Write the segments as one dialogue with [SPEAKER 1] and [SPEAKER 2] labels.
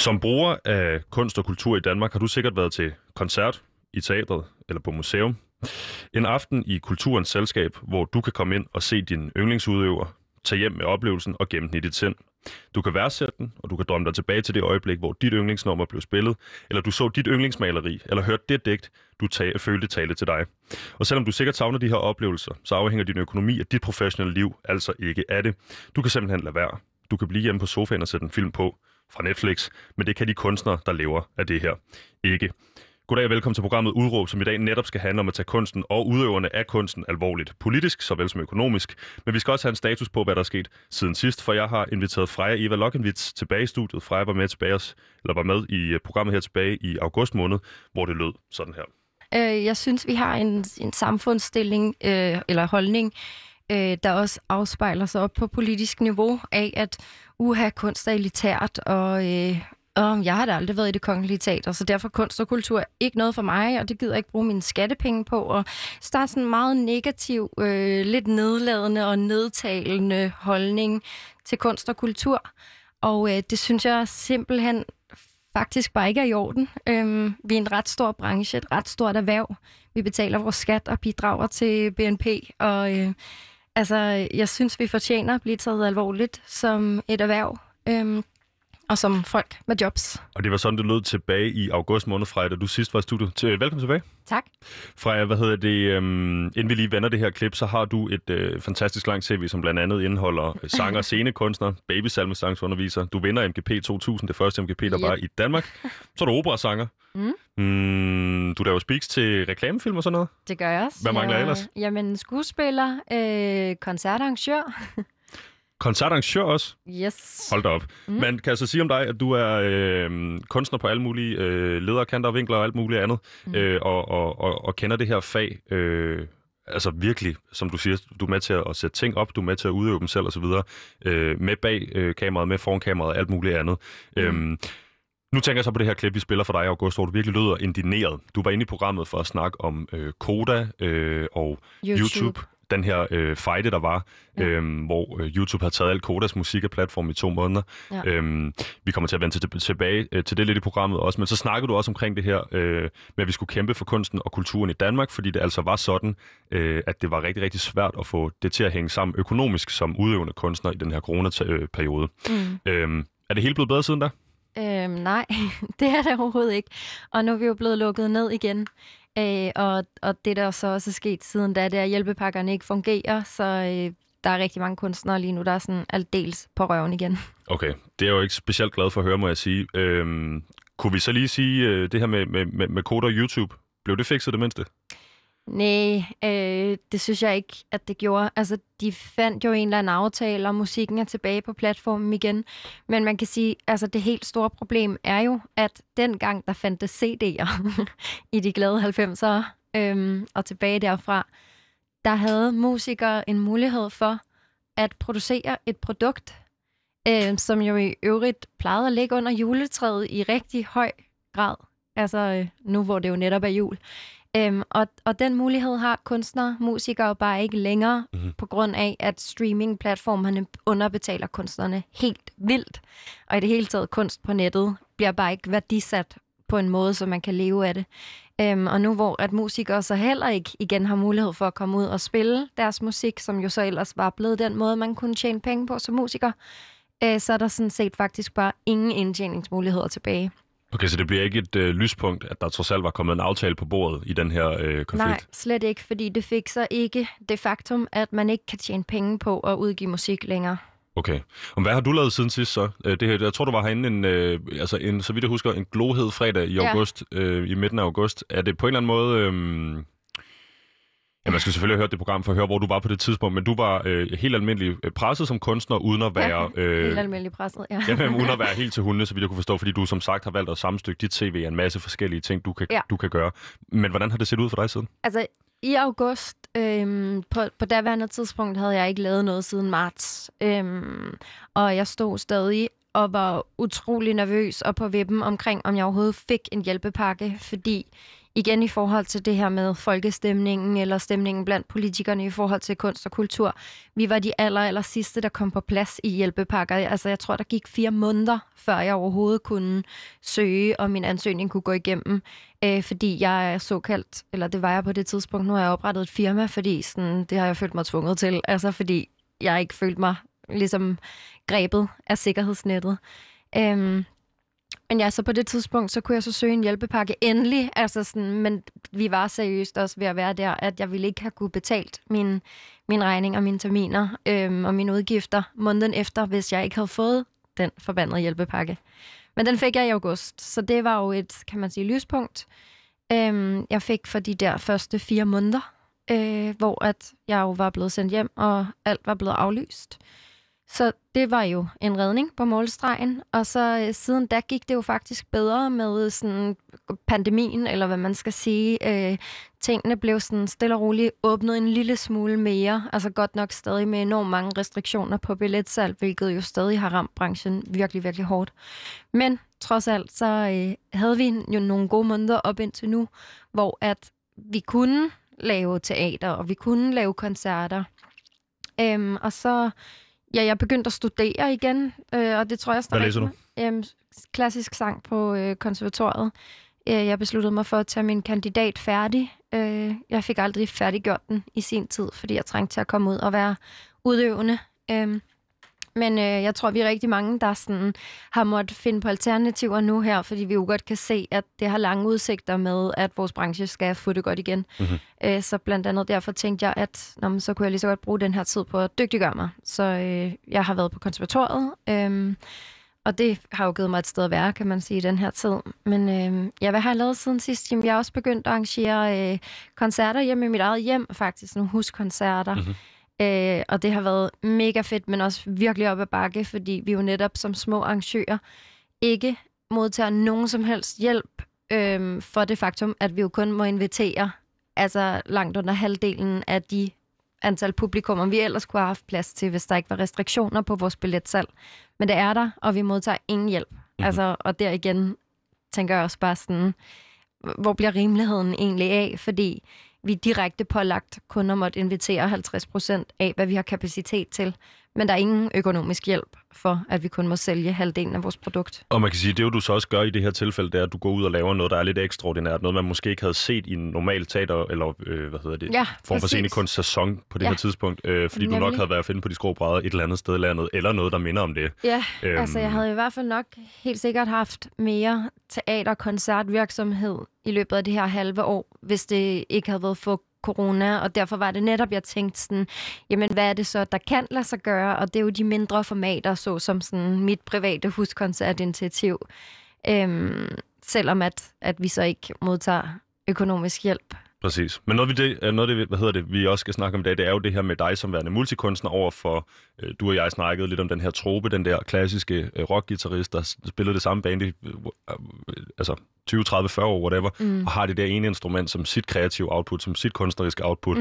[SPEAKER 1] Som bruger af kunst og kultur i Danmark har du sikkert været til koncert, i teatret eller på museum. En aften i kulturens selskab, hvor du kan komme ind og se din yndlingsudøver, tage hjem med oplevelsen og gemme den i dit sind. Du kan værdsætte den, og du kan drømme dig tilbage til det øjeblik, hvor dit yndlingsnummer blev spillet, eller du så dit yndlingsmaleri, eller hørte det digt, du følte tale til dig. Og selvom du sikkert savner de her oplevelser, så afhænger din økonomi af dit professionelle liv altså ikke af det. Du kan simpelthen lade være. Du kan blive hjemme på sofaen og sætte en film på fra Netflix, men det kan de kunstnere, der lever af det her, ikke. Goddag og velkommen til programmet Udråb, som i dag netop skal handle om at tage kunsten og udøverne af kunsten alvorligt, politisk såvel som økonomisk. Men vi skal også have en status på, hvad der er sket siden sidst, for jeg har inviteret Freja Eva Lokkenwitz tilbage i studiet. Freja var med i programmet her tilbage i august måned, hvor det lød sådan her.
[SPEAKER 2] Jeg synes, vi har en samfundsstilling eller holdning, der også afspejler sig op på politisk niveau af, at kunst er elitært, og jeg har da aldrig været i Det Kongelige Teater, så derfor kunst og kultur er ikke noget for mig, og det gider jeg ikke bruge mine skattepenge på. Og så der er sådan en meget negativ, lidt nedladende og nedtalende holdning til kunst og kultur. Og det synes jeg simpelthen faktisk bare ikke er i orden. Vi er en ret stor branche, et ret stort erhverv. Vi betaler vores skat og bidrager til BNP, og jeg synes, vi fortjener at blive taget alvorligt som et erhverv. Og som folk med jobs.
[SPEAKER 1] Og det var sådan, det lød tilbage i august måned, Freja, da du sidst var i studiet. Velkommen tilbage.
[SPEAKER 2] Tak.
[SPEAKER 1] Freja, inden vi lige vender det her klip, så har du et fantastisk langt CV, som blandt andet indeholder sanger og scenekunstner, babysalmesangsunderviser. Du vinder MGP 2000, det første MGP, der var i Danmark. Så er du operasanger. Du laver speaks til reklamefilm og sådan noget?
[SPEAKER 2] Det gør jeg også.
[SPEAKER 1] Hvad mangler ellers?
[SPEAKER 2] Jamen, skuespiller, koncertarrangør.
[SPEAKER 1] Koncertarrangør også?
[SPEAKER 2] Yes.
[SPEAKER 1] Hold da op. Man kan altså sige om dig, at du er kunstner på alle mulige lederkanter og vinkler og alt muligt andet, og kender det her fag, altså virkelig, som du siger, du er med til at sætte ting op, du er med til at udøve dem selv osv., med bag kameraet, med foran kameraet og alt muligt andet. Nu tænker jeg så på det her klip, vi spiller for dig i august, hvor du virkelig lyder indigneret. Du var inde i programmet for at snakke om Koda og YouTube. Den her fejde, der var, hvor YouTube har taget al Kodas musik af platformen i 2 måneder. Ja. Vi kommer til at vende tilbage til det lidt i programmet også, men så snakkede du også omkring det her med, at vi skulle kæmpe for kunsten og kulturen i Danmark, fordi det altså var sådan, at det var rigtig, rigtig svært at få det til at hænge sammen økonomisk som udøvende kunstner i den her coronaperiode. Er det hele blevet bedre siden da?
[SPEAKER 2] Nej, det er det overhovedet ikke. Og nu er vi jo blevet lukket ned igen. Og det, der så også er sket siden da, det er, at hjælpepakkerne ikke fungerer, så der er rigtig mange kunstnere lige nu, der er sådan aldeles på røven igen. Okay,
[SPEAKER 1] det er jeg jo ikke specielt glad for at høre, må jeg sige. Kunne vi så lige sige, det her med Koda og YouTube, blev det fikset det mindste?
[SPEAKER 2] Nej, det synes jeg ikke, at det gjorde. Altså, de fandt jo en eller anden aftale, og musikken er tilbage på platformen igen. Men man kan sige, altså det helt store problem er jo, at dengang der fandtes CD'er i de glade 90'ere, og tilbage derfra, der havde musikere en mulighed for at producere et produkt, som jo i øvrigt plejede at ligge under juletræet i rigtig høj grad. Altså nu, hvor det jo netop er jul. Og den mulighed har kunstnere, musikere bare ikke længere, på grund af, at streamingplatformerne underbetaler kunstnerne helt vildt. Og i det hele taget kunst på nettet bliver bare ikke værdisat på en måde, så man kan leve af det. Og nu hvor at musikere så heller ikke igen har mulighed for at komme ud og spille deres musik, som jo så ellers var blevet den måde, man kunne tjene penge på som musiker, så er der sådan set faktisk bare ingen indtjeningsmuligheder tilbage.
[SPEAKER 1] Okay, så det bliver ikke et lyspunkt, at der trods alt var kommet en aftale på bordet i den her konflikt?
[SPEAKER 2] Nej, slet ikke, fordi det fik så ikke det faktum, at man ikke kan tjene penge på at udgive musik længere.
[SPEAKER 1] Okay. Og hvad har du lavet siden sidst så? Jeg tror, du var herinde så vidt jeg husker, en glohed fredag i august, i midten af august. Er det på en eller anden måde... Ja, man skal selvfølgelig have hørt det program for at høre, hvor du var på det tidspunkt, men du var helt almindelig presset som kunstner, uden at være...
[SPEAKER 2] helt almindelig presset, ja.
[SPEAKER 1] Jamen, uden at være helt til hunde, så vidt jeg kunne forstå, fordi du som sagt har valgt at sammenstykke dit CV af en masse forskellige ting, du kan gøre. Men hvordan har det set ud for dig siden?
[SPEAKER 2] Altså, i august, på daværende tidspunkt, havde jeg ikke lavet noget siden marts. Og jeg stod stadig og var utrolig nervøs og på vippen omkring, om jeg overhovedet fik en hjælpepakke, fordi igen i forhold til det her med folkestemningen eller stemningen blandt politikerne i forhold til kunst og kultur, vi var de aller sidste, der kom på plads i hjælpepakker. Altså jeg tror, der gik 4 måneder, før jeg overhovedet kunne søge, og min ansøgning kunne gå igennem, fordi jeg er såkaldt, eller det var jeg på det tidspunkt, nu har jeg oprettet et firma, fordi sådan, det har jeg følt mig tvunget til, altså fordi jeg ikke følte mig ligesom grebet af sikkerhedsnettet. Men ja, så på det tidspunkt, så kunne jeg så søge en hjælpepakke endelig, altså sådan, men vi var seriøst også ved at være der, at jeg ville ikke have kunne betalt min regning og mine terminer og mine udgifter måneden efter, hvis jeg ikke havde fået den forbandede hjælpepakke. Men den fik jeg i august, så det var jo et, kan man sige, lyspunkt. Jeg fik for de der første 4 måneder, hvor at jeg jo var blevet sendt hjem, og alt var blevet aflyst. Så det var jo en redning på målstregen, og så siden da gik det jo faktisk bedre med sådan pandemien, eller hvad man skal sige. Tingene blev sådan stille og roligt åbnet en lille smule mere, altså godt nok stadig med enormt mange restriktioner på billetsalg, hvilket jo stadig har ramt branchen virkelig, virkelig hårdt. Men trods alt, så havde vi jo nogle gode måneder op indtil nu, hvor at vi kunne lave teater, og vi kunne lave koncerter. Og så... Ja, jeg begyndte at studere igen, og det tror jeg stadig...
[SPEAKER 1] Hvad læser du?
[SPEAKER 2] Klassisk sang på konservatoriet. Jeg besluttede mig for at tage min kandidat færdig. Jeg fik aldrig færdiggjort den i sin tid, fordi jeg trængte til at komme ud og være udøvende. Men jeg tror, vi er rigtig mange, der sådan har måttet finde på alternativer nu her, fordi vi jo godt kan se, at det har lange udsigter med, at vores branche skal få det godt igen. Mm-hmm. Så blandt andet derfor tænkte jeg, at så kunne jeg lige så godt bruge den her tid på at dygtiggøre mig. Så jeg har været på konservatoriet, og det har jo givet mig et sted at være, kan man sige, i den her tid. Men hvad har jeg lavet siden sidst? Jamen, jeg har også begyndt at arrangere koncerter hjemme i mit eget hjem, faktisk nogle huskoncerter. Mm-hmm. Og det har været mega fedt, men også virkelig op ad bakke, fordi vi jo netop som små arrangører ikke modtager nogen som helst hjælp for det faktum, at vi jo kun må invitere altså langt under halvdelen af de antal publikummer, vi ellers kunne have haft plads til, hvis der ikke var restriktioner på vores billetsalg. Men det er der, og vi modtager ingen hjælp. Mm-hmm. Altså, og der igen tænker jeg også bare sådan, hvor bliver rimeligheden egentlig af? Fordi vi er direkte pålagt kun at måtte invitere 50% af, hvad vi har kapacitet til. Men der er ingen økonomisk hjælp for, at vi kun må sælge halvdelen af vores produkt.
[SPEAKER 1] Og man kan sige, at det jo du så også gør i det her tilfælde, det er, at du går ud og laver noget, der er lidt ekstraordinært. Noget, man måske ikke havde set i en normal teater, eller form for scenekunst-sæson på det her tidspunkt. Fordi du nok havde været at finde på de skrå et eller andet sted i landet, eller noget, der minder om det.
[SPEAKER 2] Ja, altså jeg havde i hvert fald nok helt sikkert haft mere teater-koncertvirksomhed i løbet af det her halve år, hvis det ikke havde været for corona, og derfor var det netop, jeg tænkte sådan, jamen hvad er det så, der kan lade sig gøre, og det er jo de mindre formater, såsom sådan mit private huskoncertinitiativ, selvom at vi så ikke modtager økonomisk hjælp.
[SPEAKER 1] Præcis. Men noget af det, vi også skal snakke om i dag, det er jo det her med dig som værende multikunstner over for, du og jeg snakkede lidt om den her trope, den der klassiske rockgitarrist, der spillede det samme band i 20, 30, 40 år, whatever, og har det der ene instrument som sit kreative output, som sit kunstneriske output.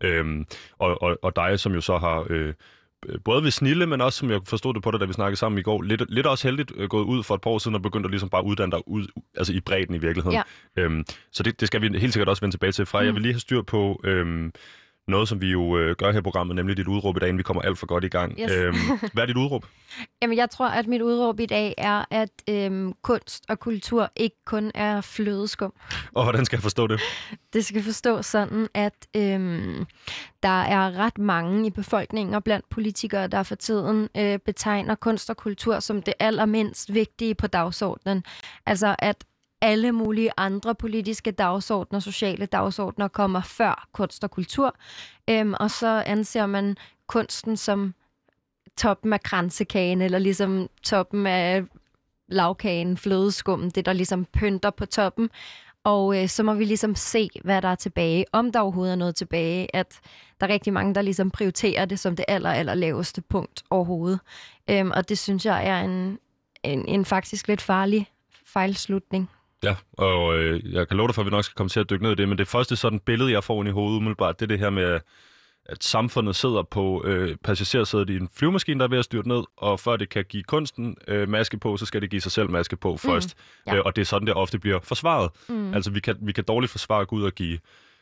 [SPEAKER 1] Og dig, som jo så har... både ved snille, men også, som jeg forstod det på dig, da vi snakkede sammen i går, lidt også heldigt gået ud for et par år siden og begyndt at ligesom bare uddanne dig ud, altså i bredden i virkeligheden. Ja. Så det skal vi helt sikkert også vende tilbage til. Fra jeg vil lige have styr på noget, som vi jo gør her i programmet, nemlig dit udråb i dag, inden vi kommer alt for godt i gang. Yes. Hvad er dit udråb?
[SPEAKER 2] Jamen, jeg tror, at mit udråb i dag er, at kunst og kultur ikke kun er flødeskum.
[SPEAKER 1] Og hvordan skal jeg forstå det?
[SPEAKER 2] Det skal forstås sådan, at der er ret mange i befolkningen og blandt politikere, der for tiden betegner kunst og kultur som det allermindst vigtige på dagsordenen. Altså, at alle mulige andre politiske dagsordner, sociale dagsordner kommer før kunst og kultur. Og så anser man kunsten som toppen af kransekagen, eller ligesom toppen af lavkagen, flødeskummen, det der ligesom pynter på toppen. Og så må vi ligesom se, hvad der er tilbage, om der overhovedet er noget tilbage, at der er rigtig mange, der ligesom prioriterer det som det aller laveste punkt overhovedet. Og det synes jeg er en faktisk lidt farlig fejlslutning.
[SPEAKER 1] Ja, og jeg kan love dig for, at vi nok skal komme til at dykke ned i det, men det første sådan billede, jeg får ind i hovedet umiddelbart, det er det her med, at samfundet sidder på passagersædet i en flyvemaskine, der er ved at styrte ned, og før det kan give kunsten maske på, så skal det give sig selv maske på først.
[SPEAKER 2] Ja.
[SPEAKER 1] Og det er sådan, det ofte bliver forsvaret. Altså, vi kan dårligt forsvare at gå ud og give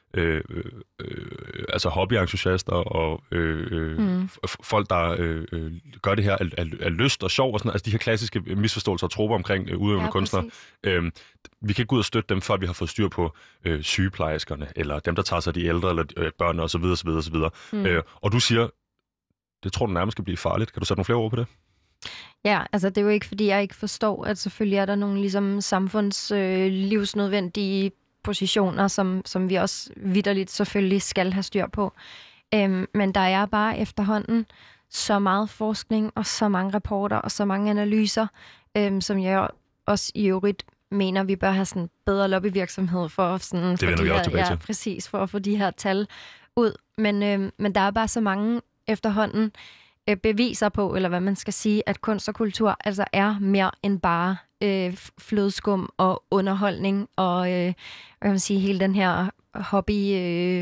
[SPEAKER 1] altså hobbyentusiaster og folk, der gør det her af lyst og sjov og sådan noget. Altså de her klassiske misforståelser og troper omkring udøvende kunstnere. Vi kan ikke gå ud og støtte dem, før vi har fået styr på sygeplejerskerne, eller dem, der tager sig af de ældre, eller børn og så videre, så videre, så videre. Og du siger, det tror du nærmest skal blive farligt. Kan du sætte nogle flere ord på det?
[SPEAKER 2] Ja, altså det er jo ikke, fordi jeg ikke forstår, at selvfølgelig er der nogle ligesom samfundslivsnødvendige positioner, som vi også vitterligt selvfølgelig skal have styr på. Men der er bare efterhånden så meget forskning og så mange rapporter og så mange analyser, som jeg også i øvrigt mener, vi bør have sådan bedre lobbyvirksomhed for sådan,
[SPEAKER 1] det vender vi også tilbage til.
[SPEAKER 2] Præcis, for at få de her tal ud. Men der er bare så mange efterhånden beviser på, eller hvad man skal sige, at kunst og kultur altså er mere end bare flødeskum og underholdning og hvad kan man sige, hele den her hobby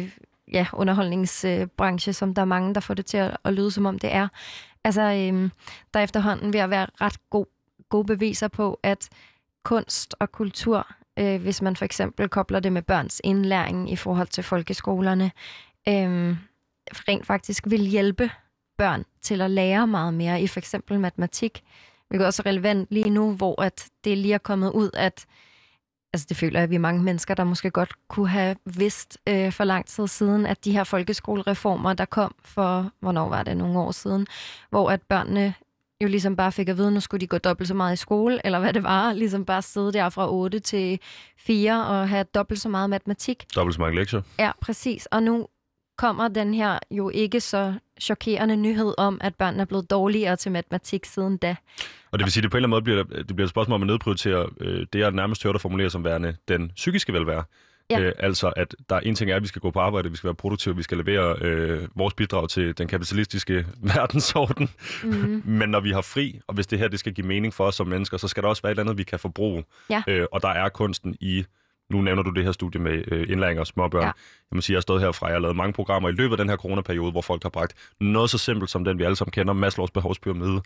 [SPEAKER 2] underholdningsbranche, som der er mange, der får det til at lyde, som om det er. Altså, der er efterhånden ved at være ret gode beviser på, at kunst og kultur, hvis man for eksempel kobler det med børns indlæring i forhold til folkeskolerne, rent faktisk vil hjælpe børn til at lære meget mere i for eksempel matematik, hvilket også er relevant lige nu, hvor at det lige er kommet ud, at altså det føler jeg, at vi er mange mennesker, der måske godt kunne have vidst for lang tid siden, at de her folkeskolereformer, der kom for, hvornår var det, nogle år siden, hvor at børnene jo ligesom bare fik at vide, nu skulle de gå dobbelt så meget i skole, eller hvad det var, ligesom bare sidde der fra 8 til 4 og have dobbelt så meget matematik.
[SPEAKER 1] Dobbelt så mange lektier.
[SPEAKER 2] Ja, præcis. Og nu kommer den her jo ikke så chokerende nyhed om, at børnene er blevet dårligere til matematik siden da. Og
[SPEAKER 1] det vil sige, at det på en eller anden måde bliver et spørgsmål om at nedprioritere det, jeg nærmest hørte formulere som værende den psykiske velvære. Ja. Altså, at der er en ting er, at vi skal gå på arbejde, vi skal være produktive, vi skal levere vores bidrag til den kapitalistiske verdensorden. Men når vi har fri, og hvis det her det skal give mening for os som mennesker, så skal der også være et eller andet, vi kan forbruge. Ja. Og der er kunsten i. Nu nævner du det her studie med indlæring og småbørn. Ja. Jeg må sige, at jeg har stået herfra, jeg har lavet mange programmer i løbet af den her coronaperiode, hvor folk har bragt noget så simpelt som den, vi alle sammen kender, Maslows behovspyramide,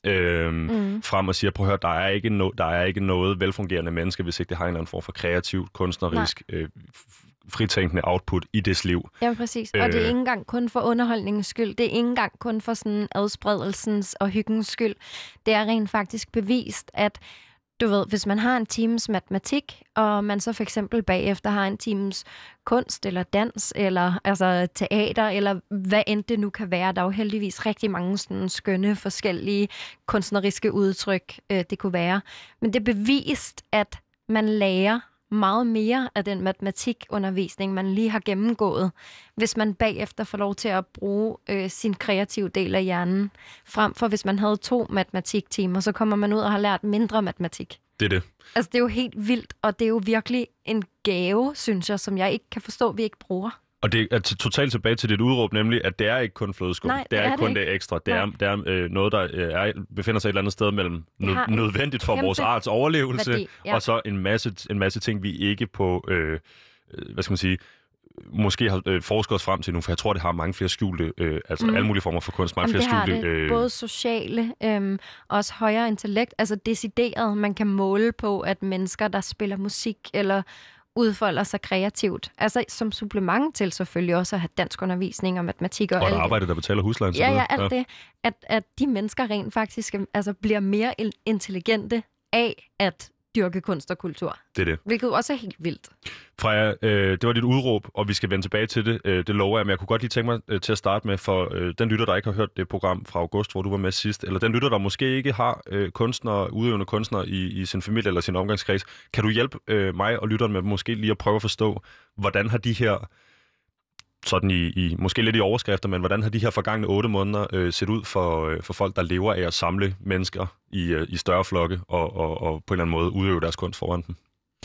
[SPEAKER 1] frem og siger, prøv at høre, der er ikke noget velfungerende menneske, hvis ikke det har en eller anden form for kreativt, kunstnerisk, fritænkende output i dets liv.
[SPEAKER 2] Ja, præcis. Og det er ikke engang kun for underholdningens skyld. Det er ikke engang kun for sådan adspredelsens og hyggens skyld. Det er rent faktisk bevist, at du ved, hvis man har en times matematik, og man så for eksempel bagefter har en times kunst eller dans, eller altså teater, eller hvad end det nu kan være. Der er jo heldigvis rigtig mange sådan skønne, forskellige kunstneriske udtryk, det kunne være. Men det er bevist, at man lærer meget mere af den matematikundervisning, man lige har gennemgået, hvis man bagefter får lov til at bruge sin kreative del af hjernen, frem for hvis man havde 2 matematiktimer, så kommer man ud og har lært mindre matematik.
[SPEAKER 1] Det er det.
[SPEAKER 2] Altså, det er jo helt vildt, og det er jo virkelig en gave, synes jeg, som jeg ikke kan forstå, vi ikke bruger.
[SPEAKER 1] Og det er totalt tilbage til dit udråb, nemlig, at det er ikke kun flødeskum.
[SPEAKER 2] Nej,
[SPEAKER 1] det er ikke kun
[SPEAKER 2] ikke.
[SPEAKER 1] det ekstra. Det er noget, der befinder sig et eller andet sted mellem nødvendigt for vores arts overlevelse, værdi, og så en masse ting, vi ikke på, hvad skal man sige, måske har forsket os frem til nu, for jeg tror, det har mange flere skjulte, alle mulige former for kunst, mange flere skjulte.
[SPEAKER 2] Det både sociale, også højere intellekt, altså decideret, man kan måle på, at mennesker, der spiller musik eller udfolder sig kreativt. Altså som supplement til selvfølgelig også at have danskundervisning og matematik og alt
[SPEAKER 1] et arbejde, der betaler huslejen.
[SPEAKER 2] Ja, alt det. At de mennesker rent faktisk bliver mere intelligente af at dyrke kunst og kultur.
[SPEAKER 1] Det er det.
[SPEAKER 2] Hvilket også er helt vildt.
[SPEAKER 1] Freja, det var dit udråb, og vi skal vende tilbage til det. Det lover jeg, men jeg kunne godt lige tænke mig til at starte med, for den lytter, der ikke har hørt det program fra august, hvor du var med sidst, eller den lytter, der måske ikke har udøvende kunstnere i sin familie eller sin omgangskreds, kan du hjælpe mig og lytteren med måske lige at prøve at forstå, hvordan har de her, sådan måske lidt i overskrifter, men hvordan har de her forgangne 8 måneder set ud for folk, der lever af at samle mennesker i større flokke og på en eller anden måde udøve deres kunst foran dem?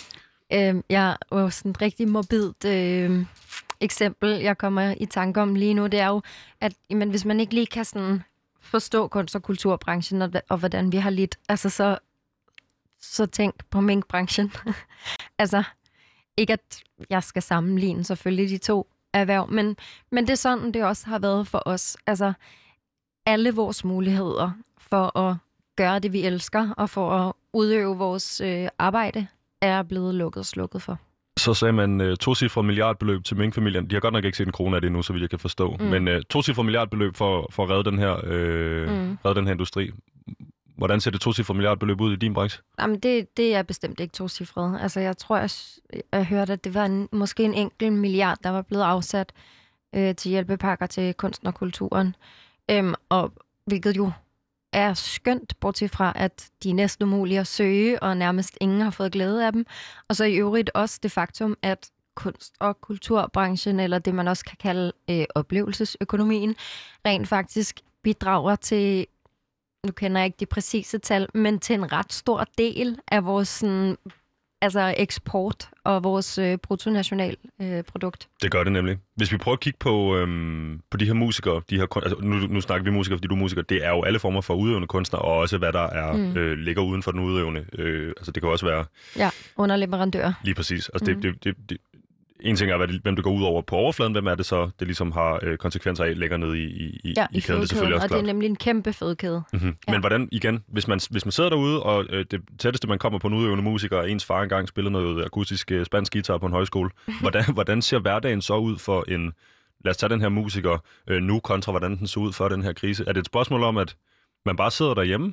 [SPEAKER 2] Jeg er jo sådan et rigtig morbidt eksempel, jeg kommer i tanke om lige nu, det er jo, at hvis man ikke lige kan sådan forstå kunst- og kulturbranchen og hvordan vi har lidt, altså så tænk på minkbranchen. Altså, ikke at jeg skal sammenligne selvfølgelig de to, erhverv. Men det er sådan, det også har været for os. Altså, alle vores muligheder for at gøre det, vi elsker, og for at udøve vores arbejde, er blevet slukket for.
[SPEAKER 1] Så sagde man tocifret milliardbeløb til minkfamilien. De har godt nok ikke set en krone af det endnu, så vidt jeg kan forstå. Men tocifret milliardbeløb for at redde den her industri. Hvordan ser det tocifret milliardbeløb ud i din branche?
[SPEAKER 2] Jamen, det er bestemt ikke tocifret. Altså, jeg tror, jeg hørte, at det var måske en enkelt milliard, der var blevet afsat til hjælpepakker til kunsten og kulturen. Og hvilket jo er skønt, bortset fra, at de er næsten umulige at søge, og nærmest ingen har fået glæde af dem. Og så i øvrigt også det faktum, at kunst- og kulturbranchen, eller det man også kan kalde oplevelsesøkonomien, rent faktisk bidrager til, nu kender jeg ikke de præcise tal, men til en ret stor del af vores sådan, eksport og vores bruttonationalprodukt.
[SPEAKER 1] Det gør det nemlig. Hvis vi prøver at kigge på de her musikere, nu snakker vi musikere, fordi du er musiker, det er jo alle former for udøvende kunstnere, og også hvad der er ligger uden for den udøvende. Det kan også være...
[SPEAKER 2] Ja, underleverandører.
[SPEAKER 1] Lige præcis. Altså en ting er, hvem det går ud over på overfladen, hvem er det så, det ligesom har konsekvenser af, længere nede i kæden, det er selvfølgelig også
[SPEAKER 2] og
[SPEAKER 1] klart.
[SPEAKER 2] det er nemlig en kæmpe fødekæde.
[SPEAKER 1] Mm-hmm. Ja. Men hvordan, igen, hvis man sidder derude, og det tætteste, man kommer på en udøvende musiker, og ens far engang spillede noget akustisk spansk guitar på en højskole, hvordan ser hverdagen så ud for en, lad os tage den her musiker nu, kontra hvordan den så ud før den her krise? Er det et spørgsmål om, at man bare sidder derhjemme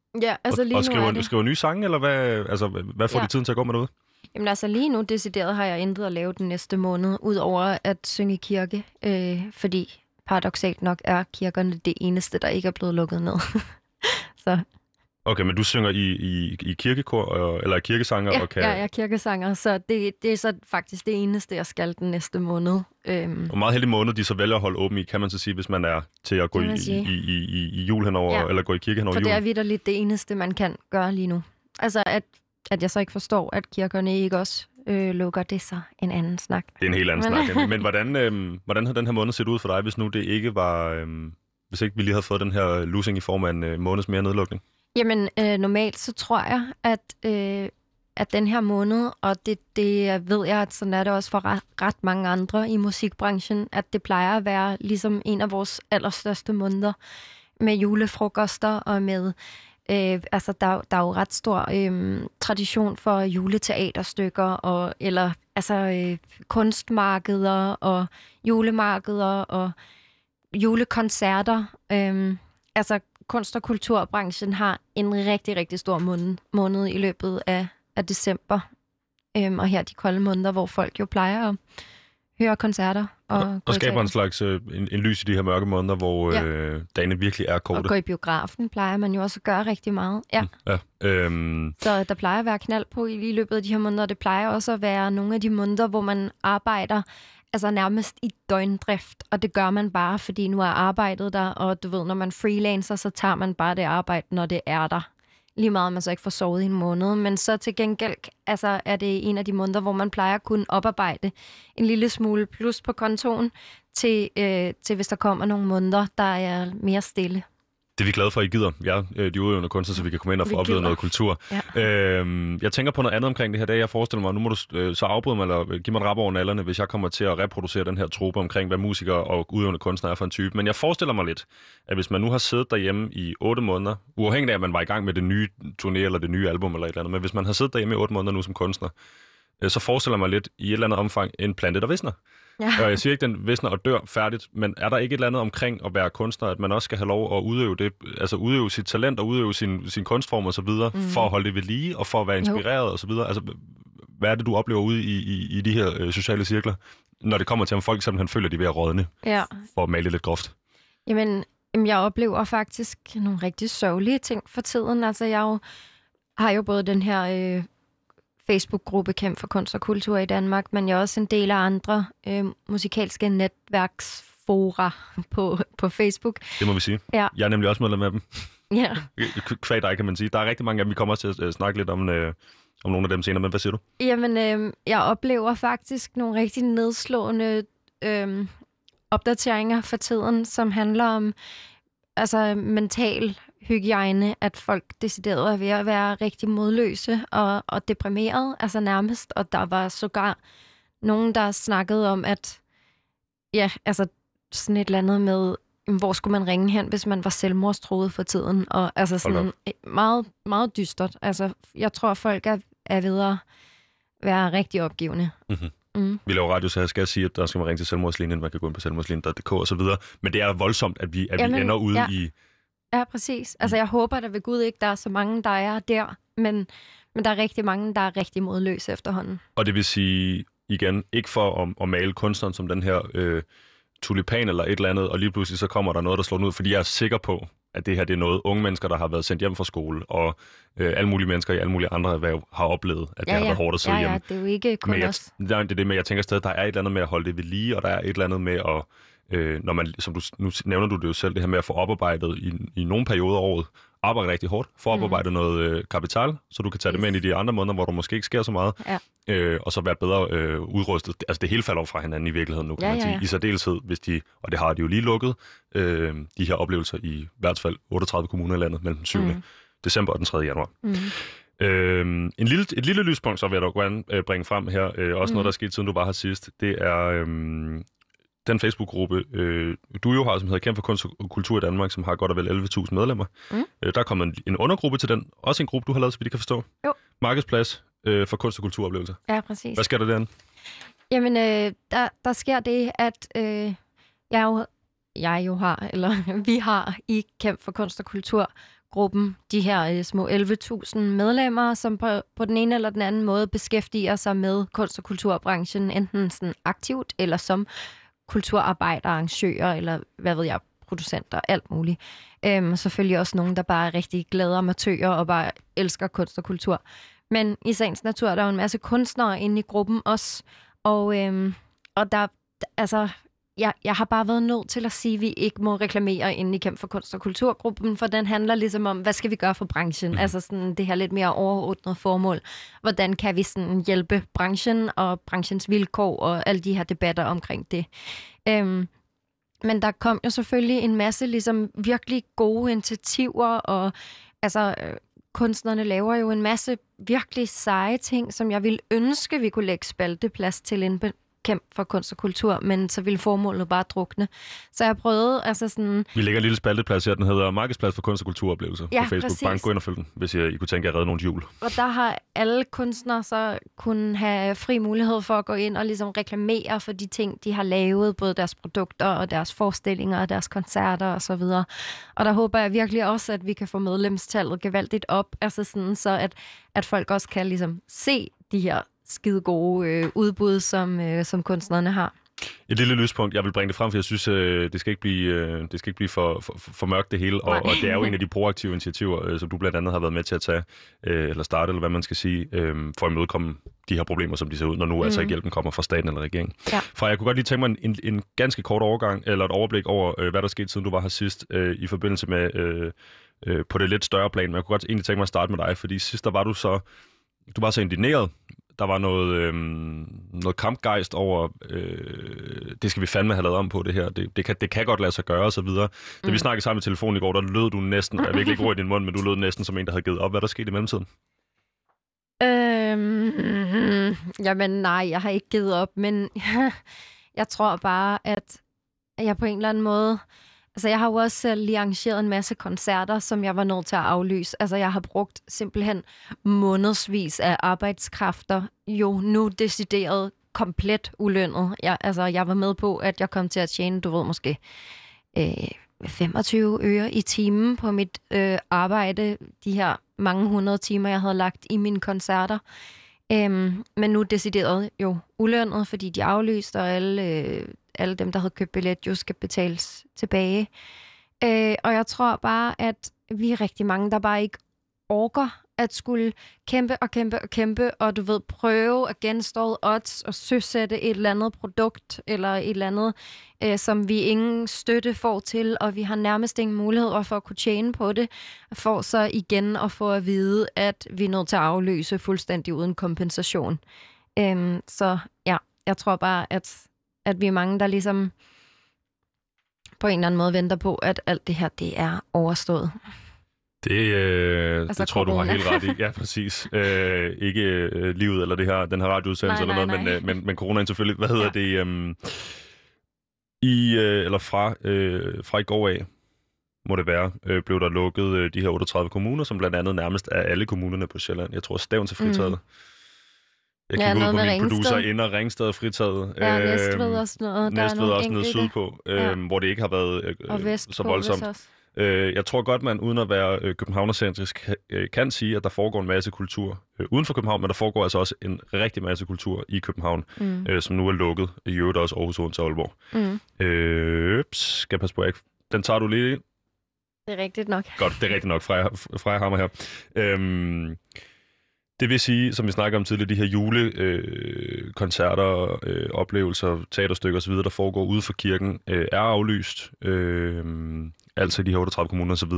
[SPEAKER 1] og skriver nye sange, eller hvad får de tiden til at gå med noget?
[SPEAKER 2] Jamen altså lige nu decideret har jeg intet at lave den næste måned, udover at synge i kirke, fordi paradoksalt nok er kirkerne det eneste, der ikke er blevet lukket ned. Så.
[SPEAKER 1] Okay, men du synger i kirkekor, eller kirkesanger?
[SPEAKER 2] Ja,
[SPEAKER 1] og kan...
[SPEAKER 2] jeg er kirkesanger, så det er så faktisk det eneste, jeg skal den næste måned.
[SPEAKER 1] Og meget heldig måned, de så vælger at holde åben i, kan man så sige, hvis man er til at gå i jul henover, eller gå i kirke henover jul.
[SPEAKER 2] For det er vitterligt det eneste, man kan gøre lige nu. Altså at jeg så ikke forstår, at kirkerne ikke også lukker, det så en anden snak.
[SPEAKER 1] Det er en helt anden snak. Men hvordan har den her måned set ud for dig, hvis nu det ikke var... hvis ikke vi lige havde fået den her losing i form af en måneds mere nedlukning?
[SPEAKER 2] Jamen, normalt så tror jeg, at den her måned, og det ved jeg, at sådan er det også for ret mange andre i musikbranchen, at det plejer at være ligesom en af vores allerstørste måneder med julefrokoster og med... der er jo ret stor tradition for juleteaterstykker, eller kunstmarkeder og julemarkeder og julekoncerter. Kunst- og kulturbranchen har en rigtig, rigtig stor måned i løbet af december. Og her de kolde måneder, hvor folk jo plejer at høre koncerter. Og
[SPEAKER 1] skaber en slags en lys i de her mørke måneder, hvor dagene virkelig er korte.
[SPEAKER 2] Og gå i biografen plejer man jo også at gøre rigtig meget. Ja. Så der plejer at være knald på i løbet af de her måneder. Det plejer også at være nogle af de måneder, hvor man arbejder nærmest i døgndrift. Og det gør man bare, fordi nu er arbejdet der. Og du ved, når man freelancer, så tager man bare det arbejde, når det er der. Lige meget, man så ikke får sovet i en måned. Men så til gengæld er det en af de måneder, hvor man plejer at kunne oparbejde en lille smule plus på kontoen, til hvis der kommer nogle måneder, der er mere stille.
[SPEAKER 1] Det er vi glade for, at I gider. De udøvende kunstnere, så vi kan komme ind og få oplevet noget kultur. Ja. Jeg tænker på noget andet omkring det her dag. Jeg forestiller mig, nu må du så afbryde mig, eller give mig en rap over nallerne, hvis jeg kommer til at reproducere den her trope omkring, hvad musikere og udøvende kunstnere er for en type. Men jeg forestiller mig lidt, at hvis man nu har siddet derhjemme i 8 måneder, uafhængigt af, at man var i gang med det nye turné eller det nye album eller et eller andet, men hvis man har siddet derhjemme i 8 måneder nu som kunstner, så forestiller mig lidt i et eller andet omfang en plante, der visner. Ja. Og jeg siger ikke, den visner og dør færdigt, men er der ikke et eller andet omkring at være kunstner, at man også skal have lov at udøve det, altså udøve sit talent og udøve sin kunstform og så videre, for at holde det ved lige og for at være inspireret og så videre? Altså, hvad er det, du oplever ude i de her sociale cirkler, når det kommer til, om folk simpelthen føler, de er ved at rådne, for at male lidt groft?
[SPEAKER 2] Jamen, jeg oplever faktisk nogle rigtig sørgelige ting for tiden. Altså, jeg har jo både den her... Facebook-gruppe Kæmp for kunst og kultur i Danmark, men jeg er også en del af andre musikalske netværksfora på Facebook.
[SPEAKER 1] Det må vi sige. Ja. Jeg er nemlig også medlem af dem. Ja. Kvad dig, kan man sige. Der er rigtig mange af dem, vi kommer også til at snakke lidt om nogle af dem senere, men hvad siger du?
[SPEAKER 2] Jamen, jeg oplever faktisk nogle rigtig nedslående opdateringer for tiden, som handler om mental hygiejne, at folk decideret er ved at være rigtig modløse og deprimeret, nærmest. Og der var sågar nogen, der snakkede om, at ja, altså sådan et eller andet med, hvor skulle man ringe hen, hvis man var selvmordstruet for tiden, og altså sådan meget, meget dystert. Altså, jeg tror, folk er ved at være rigtig opgivende.
[SPEAKER 1] Mm-hmm. Mm. Vi laver radio, så jeg skal sige, at der skal man ringe til selvmordslinjen, man kan gå ind på selvmordslinjen.dk og så videre, men det er voldsomt, at vi ender ude i...
[SPEAKER 2] Ja, præcis. Altså, jeg håber da ved Gud ikke, der er så mange, der er der, men der er rigtig mange, der er rigtig modløse efterhånden.
[SPEAKER 1] Og det vil sige, igen, ikke for at male kunstneren som den her tulipan eller et eller andet, og lige pludselig så kommer der noget, der slår ud, fordi jeg er sikker på, at det her det er noget, unge mennesker, der har været sendt hjem fra skole, og alle mulige mennesker i alle mulige andre erhverv har oplevet, at det har været hårdt at sidde hjemme.
[SPEAKER 2] Ja, det er jo ikke kun os.
[SPEAKER 1] Det er det med, jeg tænker stadig, der er et eller andet med at holde det ved lige, og der er et eller andet med at, når man, nu nævner du det jo selv, det her med at få oparbejdet i nogle perioder af året, arbejde rigtig hårdt, få oparbejdet noget kapital, så du kan tage det med ind i de andre måneder, hvor du måske ikke sker så meget, og så være bedre udrustet. Altså det hele falder fra hinanden i virkeligheden nu, kan man sige. I særdeleshed, hvis de, og det har de jo lige lukket, de her oplevelser i hvert fald 38 kommuner i landet mellem den 7. december og den 3. januar. Et lille lyspunkt, så vil jeg dog gerne bringe frem her, også noget, der er sket, siden du var her sidst, det er den Facebook-gruppe, du jo har, som hedder Kæmp for kunst og kultur i Danmark, som har godt og vel 11.000 medlemmer. Der er kommet en undergruppe til den, også en gruppe, du har lavet, så vidt I kan forstå. Jo. Markedsplads for kunst- og kulturoplevelser.
[SPEAKER 2] Ja, præcis.
[SPEAKER 1] Hvad sker der derinde?
[SPEAKER 2] Jamen, der sker det, at vi har i Kæmp for kunst og kulturgruppen de her små 11.000 medlemmer, som på den ene eller den anden måde beskæftiger sig med kunst- og kulturbranchen, enten sådan aktivt eller som kulturarbejdere, arrangører eller hvad ved jeg, producenter, alt muligt. Selvfølgelig også nogen, der bare er rigtig glade amatører og bare elsker kunst og kultur. Men i sagens natur er der jo en masse kunstnere inde i gruppen også, og der, altså, jeg har bare været nødt til at sige, at vi ikke må reklamere inde i Kæmp for kunst og kulturgruppen, for den handler ligesom om, hvad skal vi gøre for branchen? Altså sådan det her lidt mere overordnede formål. Hvordan kan vi sådan hjælpe branchen og branchens vilkår og alle de her debatter omkring det? Men der kom jo selvfølgelig en masse ligesom virkelig gode initiativer, og altså kunstnerne laver jo en masse virkelig seje ting, som jeg ville ønske, vi kunne lægge spalteplads til inde Kæmp for kunst og kultur, men så ville formålet bare drukne. Så jeg prøvede altså sådan... Vi
[SPEAKER 1] lægger en lille spalteplads her, den hedder Markedsplads for kunst og kulturoplevelser på Facebook.
[SPEAKER 2] Præcis.
[SPEAKER 1] Bare gå ind og følge den, hvis I kunne tænke jer at redde nogle jul.
[SPEAKER 2] Og der har alle kunstnere så kunne have fri mulighed for at gå ind og ligesom reklamere for de ting, de har lavet, både deres produkter og deres forestillinger og deres koncerter og så videre. Og der håber jeg virkelig også, at vi kan få medlemstallet gevaldigt op, altså sådan så at folk også kan ligesom se de her skide gode udbud, som kunstnerne har.
[SPEAKER 1] Et lille lyspunkt, jeg vil bringe det frem, for jeg synes, det skal ikke blive for mørkt det hele, og det er jo en af de proaktive initiativer, som du blandt andet har været med til at tage, eller starte, eller hvad man skal sige, for at imødekomme de her problemer, som de ser ud, når nu altså ikke hjælpen kommer fra staten eller regeringen. Ja. For jeg kunne godt lige tænke mig en ganske kort overgang, eller et overblik over, hvad der skete, siden du var her sidst, i forbindelse med på det lidt større plan, men jeg kunne godt egentlig tænke mig at starte med dig, fordi sidst der var du var så indigneret. Der var noget kampgejst over, det skal vi fandme have lavet om på det her. Det kan godt lade sig gøre, og så videre. Da vi snakkede sammen i telefon i går, der lød du næsten, jeg vil ikke ord i din mund, men du lød næsten som en, der havde givet op. Hvad der skete i mellemtiden?
[SPEAKER 2] Jamen nej, jeg har ikke givet op, men jeg tror bare, at jeg på en eller anden måde... Altså, jeg har jo også selv lige arrangeret en masse koncerter, som jeg var nødt til at aflyse. Altså, jeg har brugt simpelthen månedsvis af arbejdskræfter, jo nu decideret komplet ulønnet. Jeg var med på, at jeg kom til at tjene, du ved, måske 25 øre i timen på mit arbejde. De her mange 100 timer, jeg havde lagt i mine koncerter. Men nu decideret jo ulønnet, fordi de aflyste, og alle dem, der havde købt billet, jo skal betales tilbage. Og jeg tror bare, at vi er rigtig mange, der bare ikke orker at skulle kæmpe, og du ved, prøve against all odds og søsætte et eller andet produkt, eller et eller andet, som vi ingen støtte får til, og vi har nærmest ingen muligheder for at kunne tjene på det, for så igen at få at vide, at vi er nødt til at afløse fuldstændig uden kompensation. Så ja, jeg tror bare, at vi er mange, der ligesom på en eller anden måde venter på, at alt det her, det er overstået.
[SPEAKER 1] Det tror du har helt ret i. Ja, præcis. Ikke livet eller den her radioudsendelse eller noget, men coronaen selvfølgelig. Hvad hedder det? Eller fra i går af, må det være, blev der lukket de her 38 kommuner, som blandt andet nærmest er alle kommunerne på Sjælland. Jeg tror, Stevns er fritaget. Jeg kigger ud på min producer Inder, Ringsted er fritaget.
[SPEAKER 2] Ja, Næstved og sådan noget.
[SPEAKER 1] Næstved er også nede sydpå, hvor det ikke har været så voldsomt. Jeg tror godt, man uden at være københavnercentrisk kan sige, at der foregår en masse kultur uden for København, men der foregår altså også en rigtig masse kultur i København, som nu er lukket. I øvrigt også Aarhus, Odense og Aalborg. Skal jeg passe på, den tager du lige.
[SPEAKER 2] Det er rigtigt nok.
[SPEAKER 1] Godt, det er rigtigt nok. Freja Hammer her. Det vil sige, som vi snakker om tidligere, de her julekoncerter, oplevelser, teaterstykker osv., der foregår ude for kirken, er aflyst. Altså de her 38 kommuner osv.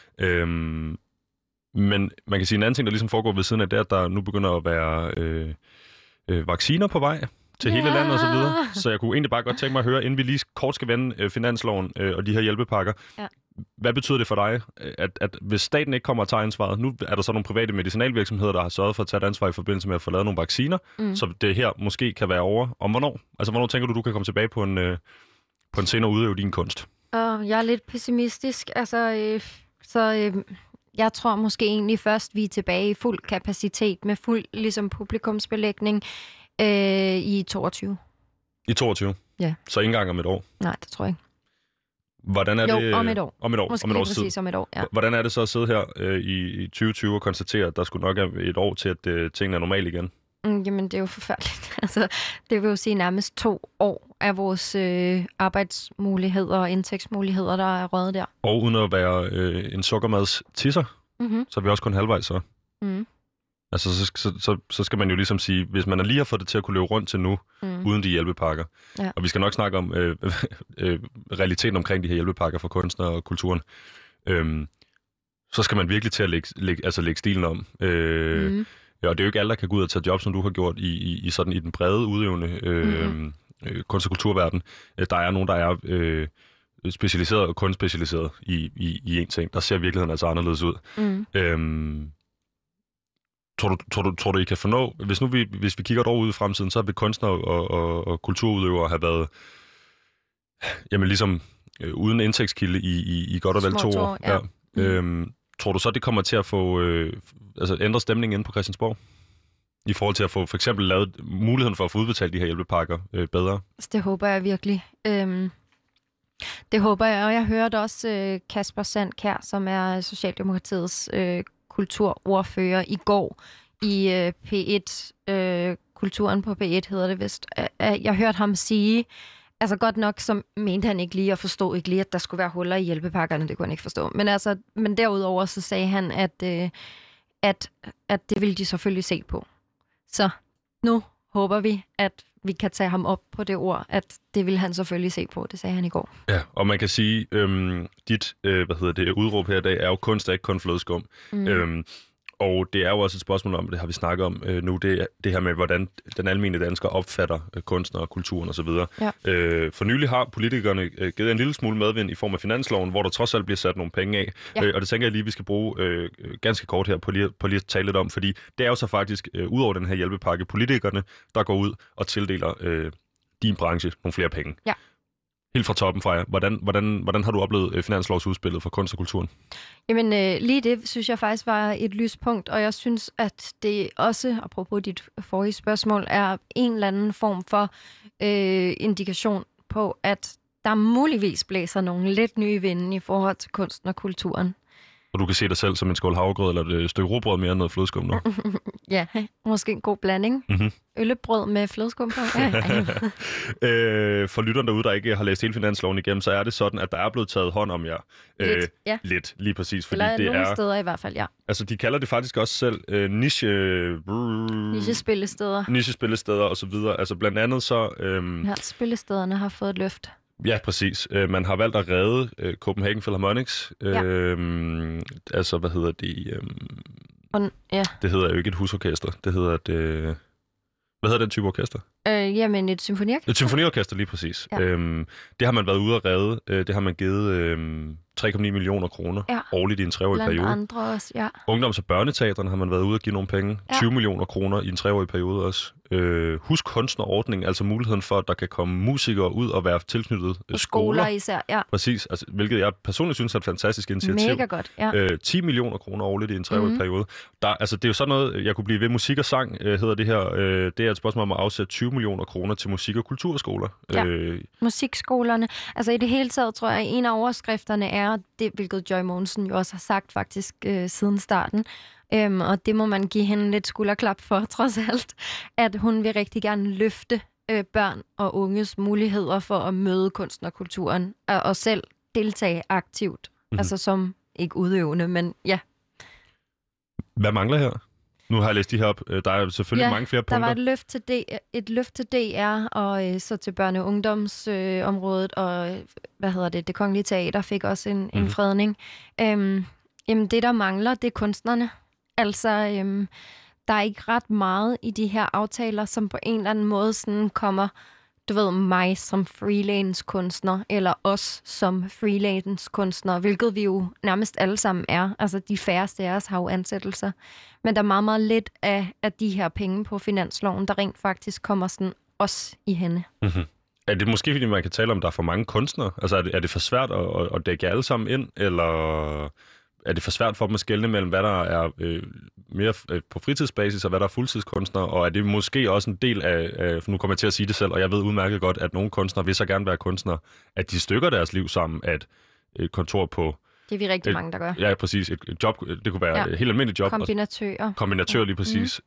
[SPEAKER 1] Men man kan sige, en anden ting, der ligesom foregår ved siden af det, at der nu begynder at være vacciner på vej til hele landet og så videre. Så jeg kunne egentlig bare godt tænke mig at høre, inden vi lige kort skal vende finansloven og de her hjælpepakker. Ja. Hvad betyder det for dig, at hvis staten ikke kommer og tager ansvaret, nu er der så nogle private medicinalvirksomheder, der har sørget for at tage et ansvar i forbindelse med at få lavet nogle vacciner, så det her måske kan være over. Og hvornår? Altså, hvornår tænker du kan komme tilbage på en scene og udøve din kunst?
[SPEAKER 2] Jeg er lidt pessimistisk. Jeg tror måske egentlig først, vi er tilbage i fuld kapacitet med fuld ligesom publikumsbelægning i 22.
[SPEAKER 1] I 22?
[SPEAKER 2] Ja.
[SPEAKER 1] Så ikke engang om et år?
[SPEAKER 2] Nej, det tror jeg ikke.
[SPEAKER 1] Hvordan er det?
[SPEAKER 2] Om et år.
[SPEAKER 1] Om et år.
[SPEAKER 2] Måske
[SPEAKER 1] om et års
[SPEAKER 2] præcis
[SPEAKER 1] tid.
[SPEAKER 2] Om et år, ja.
[SPEAKER 1] Hvordan er det så at sidde her i 2020 og konstatere, at der skulle nok have et år til, at tingene er normalt igen?
[SPEAKER 2] Jamen, det er jo forfærdeligt. Altså, det vil jo sige nærmest 2 år af vores arbejdsmuligheder og indtægtsmuligheder, der er røget der.
[SPEAKER 1] Og uden at være en sukkermads tisser, så er vi også kun halvvejs så. Altså, så skal man jo ligesom sige, hvis man lige har fået det til at kunne løbe rundt til nu, uden de hjælpepakker, og vi skal nok snakke om realiteten omkring de her hjælpepakker for kunstnere og kulturen, så skal man virkelig til at lægge stilen om. Ja, og det er jo ikke alle, der kan gå ud og tage job, som du har gjort i den brede udøvende kunst- og kulturverden. Der er nogen, der er specialiseret og kun specialiseret i en ting. Der ser virkeligheden altså anderledes ud. Tror du, I kan fornå, hvis vi kigger et år ud i fremtiden, så vil kunstnere og kulturudøvere have været ligesom uden indtægtskilde i godt og vel 2 år? Ja. Tror du så, det kommer til at få ændre stemningen inde på Christiansborg? I forhold til at få for eksempel lavet muligheden for at få udbetalt de her hjælpepakker bedre?
[SPEAKER 2] Det håber jeg virkelig. Det håber jeg, og jeg hørte også Kasper Sandkjær, som er Socialdemokratiets kulturordfører i går i P1. Kulturen på P1 hedder det vist. Jeg hørte ham sige, altså godt nok, så mente han ikke lige og forstod ikke lige, at der skulle være huller i hjælpepakkerne. Det kunne han ikke forstå. Men derudover så sagde han, at det ville de selvfølgelig se på. Så nu håber vi, at vi kan tage ham op på det ord, at det vil han selvfølgelig se på. Det sagde han i går. Ja,
[SPEAKER 1] og man kan sige, dit udråb her i dag er jo kunst er ikke kun flødeskum. Og det er jo også et spørgsmål om, det har vi snakket om nu, det her med, hvordan den almindelige dansker opfatter kunstner og kulturen osv. Ja. For nylig har politikerne givet en lille smule medvind i form af finansloven, hvor der trods alt bliver sat nogle penge af. Ja. Og det tænker jeg lige, vi skal bruge ganske kort her på lige at tale lidt om, fordi det er jo så faktisk, ud over den her hjælpepakke, politikerne, der går ud og tildeler din branche nogle flere penge. Ja. Helt fra toppen, Freja. Hvordan har du oplevet finanslovsudspillet for kunst og kulturen?
[SPEAKER 2] Jamen, lige det synes jeg faktisk var et lyspunkt, og jeg synes, at det også, apropos dit forrige spørgsmål, er en eller anden form for indikation på, at der muligvis blæser nogle lidt nye vinde i forhold til kunsten og kulturen.
[SPEAKER 1] Og du kan se dig selv som en skål havregrød eller et stykke rugbrød mere end noget flødeskum nu?
[SPEAKER 2] Ja, måske en god blanding. Øllebrød med flødeskum på.
[SPEAKER 1] For lytterne derude, der ikke har læst hele finansloven igennem, så er det sådan, at der er blevet taget hånd om jer.
[SPEAKER 2] Lidt, ja.
[SPEAKER 1] Lidt, lige præcis. Fordi
[SPEAKER 2] eller
[SPEAKER 1] det
[SPEAKER 2] nogle steder i hvert fald, ja.
[SPEAKER 1] Altså, de kalder det faktisk også selv
[SPEAKER 2] nichespillesteder.
[SPEAKER 1] Nichespillesteder og så videre. Altså, blandt andet så...
[SPEAKER 2] Ja, spillestederne har fået et løft.
[SPEAKER 1] Ja, præcis. Man har valgt at redde Copenhagen Philharmonics. Altså, hvad hedder det? Det hedder jo ikke et husorkester. Det hedder et... Hvad hedder den type orkester?
[SPEAKER 2] Jamen, et symfoniorkester.
[SPEAKER 1] Et symfoniorkester, lige præcis. Ja. Det har man været ude at redde. Det har man givet 3,9 millioner kroner årligt i en 3-årig periode.
[SPEAKER 2] Blandt andre også, ja.
[SPEAKER 1] Ungdoms- og børneteatrene har man været ude at give nogle penge. 20 millioner kroner i en 3-årig periode også. Husk kunstnerordningen, altså muligheden for, at der kan komme musikere ud og være tilknyttet skoler.
[SPEAKER 2] Især, ja.
[SPEAKER 1] Præcis, altså, hvilket jeg personligt synes er et fantastisk initiativ.
[SPEAKER 2] Mega godt, ja.
[SPEAKER 1] 10 millioner kroner årligt i en 3-årig periode. Altså, det er jo sådan noget, jeg kunne blive ved. Musik og sang hedder det her. Det er et spørgsmål om at afsætte 20 millioner kroner til musik- og kulturskoler.
[SPEAKER 2] Ja, musikskolerne. Altså i det hele taget, tror jeg, en af overskrifterne er, det, hvilket Joy Mogensen jo også har sagt faktisk siden starten, og det må man give hende lidt skulderklap for, trods alt, at hun vil rigtig gerne løfte børn og unges muligheder for at møde kunsten og kulturen, og selv deltage aktivt, altså som ikke udøvende, men ja.
[SPEAKER 1] Hvad mangler her? Nu har jeg læst de her op. Der er selvfølgelig mange flere punkter.
[SPEAKER 2] Der var et løft til DR, og så til børne- og ungdomsområdet, og det Kongelige Teater fik også en fredning. Jamen det, der mangler, det er kunstnerne. Altså, der er ikke ret meget i de her aftaler, som på en eller anden måde sådan kommer, du ved, mig som freelance-kunstner, eller os som freelance-kunstner, hvilket vi jo nærmest alle sammen er. Altså, de færreste af os har jo ansættelser. Men der er meget, meget lidt af de her penge på finansloven, der rent faktisk kommer sådan os i hende.
[SPEAKER 1] Mm-hmm. Er det måske, fordi man kan tale om, der er for mange kunstnere? Altså, er det for svært at dække alle sammen ind, eller er det for svært for dem at skelne mellem, hvad der er mere på fritidsbasis, og hvad der er fuldtidskunstnere? Og er det måske også en del af, for nu kommer jeg til at sige det selv, og jeg ved udmærket godt, at nogle kunstnere vil så gerne være kunstnere, at de stykker deres liv sammen, at et kontor på...
[SPEAKER 2] Det er vi rigtig mange, der gør.
[SPEAKER 1] Ja, præcis. Et job, det kunne være et helt almindeligt job. Kombinatører, lige præcis.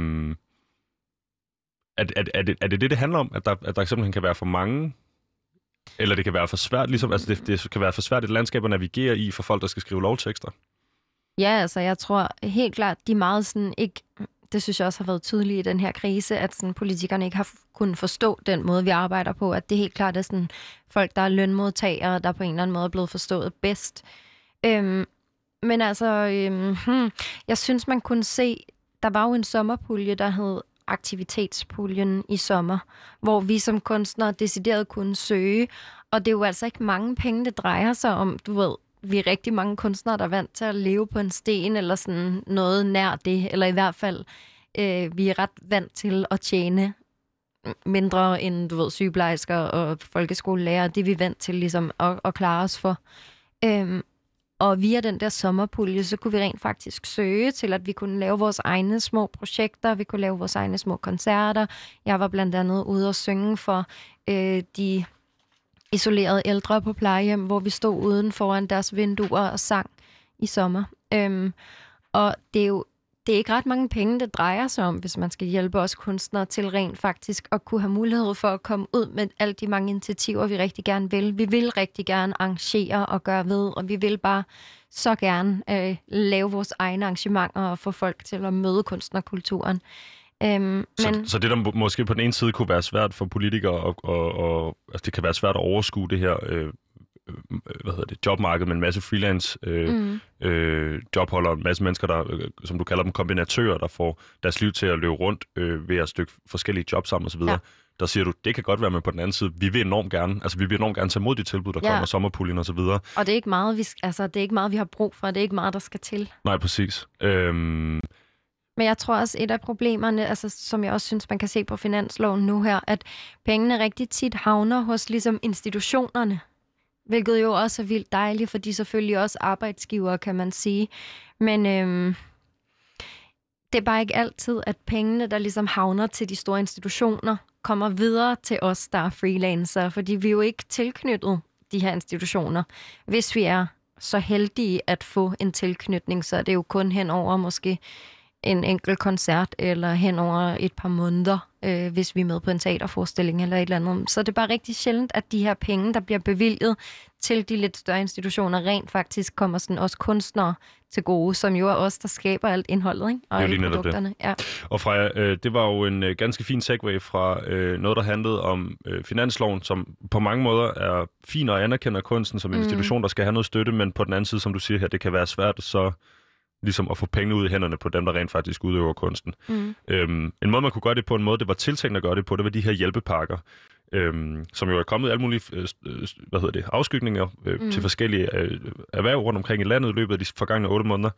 [SPEAKER 1] Er det handler om, at der simpelthen kan være for mange? Eller det kan være for svært, ligesom, altså det kan være for svært et landskab at navigere i for folk, der skal skrive lovtekster?
[SPEAKER 2] Ja, altså jeg tror helt klart, de meget sådan ikke, det synes jeg også har været tydeligt i den her krise, at sådan, politikerne ikke har kunnet forstå den måde, vi arbejder på, at det helt klart er sådan folk, der er lønmodtagere, der på en eller anden måde er blevet forstået bedst. Men altså, jeg synes, man kunne se, der var jo en sommerpulje, der hed aktivitetspuljen i sommer, hvor vi som kunstnere decideret kunne søge, og det er jo altså ikke mange penge, det drejer sig om. Du ved, vi er rigtig mange kunstnere, der er vant til at leve på en sten, eller sådan noget nær det, eller i hvert fald, vi er ret vant til at tjene mindre end, du ved, sygeplejersker og folkeskolelærer. Det er vi vant til ligesom at klare os for. Og via den der sommerpulje, så kunne vi rent faktisk søge til, at vi kunne lave vores egne små projekter, vi kunne lave vores egne små koncerter. Jeg var blandt andet ude og synge for de isolerede ældre på plejehjem, hvor vi stod uden foran deres vinduer og sang i sommer. Og det er ikke ret mange penge, det drejer sig om, hvis man skal hjælpe os kunstnere til rent faktisk at kunne have mulighed for at komme ud med alle de mange initiativer, vi rigtig gerne vil. Vi vil rigtig gerne arrangere og gøre ved, og vi vil bare så gerne lave vores egne arrangementer og få folk til at møde kunstnerkulturen.
[SPEAKER 1] Så det, der måske på den ene side kunne være svært for politikere, og altså det kan være svært at overskue det her jobmarked med en masse freelance jobholdere, en masse mennesker, der, som du kalder dem, kombinatører, der får deres liv til at løbe rundt ved at stykke forskellige jobs sammen osv. Ja. Der siger du, det kan godt være, men på den anden side, vi vil enormt gerne tage imod de tilbud, der kommer, sommerpuljen osv. Og
[SPEAKER 2] det er ikke meget, vi har brug for, det er ikke meget, der skal til.
[SPEAKER 1] Nej, præcis.
[SPEAKER 2] Men jeg tror også, et af problemerne, altså, som jeg også synes, man kan se på finansloven nu her, at pengene rigtig tit havner hos ligesom institutionerne. Hvilket jo også er vildt dejligt, for de er selvfølgelig også arbejdsgivere, kan man sige. Men det er bare ikke altid, at pengene, der ligesom havner til de store institutioner, kommer videre til os, der er freelancer. Fordi vi er jo ikke tilknyttet de her institutioner. Hvis vi er så heldige at få en tilknytning, så er det jo kun hen over måske en enkelt koncert, eller hen over et par måneder, hvis vi er med på en teaterforestilling eller et eller andet. Så det er bare rigtig sjældent, at de her penge, der bliver bevilget til de lidt større institutioner, rent faktisk kommer sådan også kunstnere til gode, som jo er os, der skaber alt indholdet, ikke? Og alle produkterne. Ja.
[SPEAKER 1] Og Freja, det var jo en ganske fin segue fra noget, der handlede om finansloven, som på mange måder er fin og anerkender kunsten som en institution, der skal have noget støtte, men på den anden side, som du siger her, det kan være svært så ligesom at få penge ud i hænderne på dem, der rent faktisk udøver kunsten. En måde, man kunne gøre det på, det var tiltænkt at gøre det på, det var de her hjælpepakker. som jo er kommet alle mulige afskygninger til forskellige erhverv rundt omkring i landet i løbet af de forgangne 8 måneder.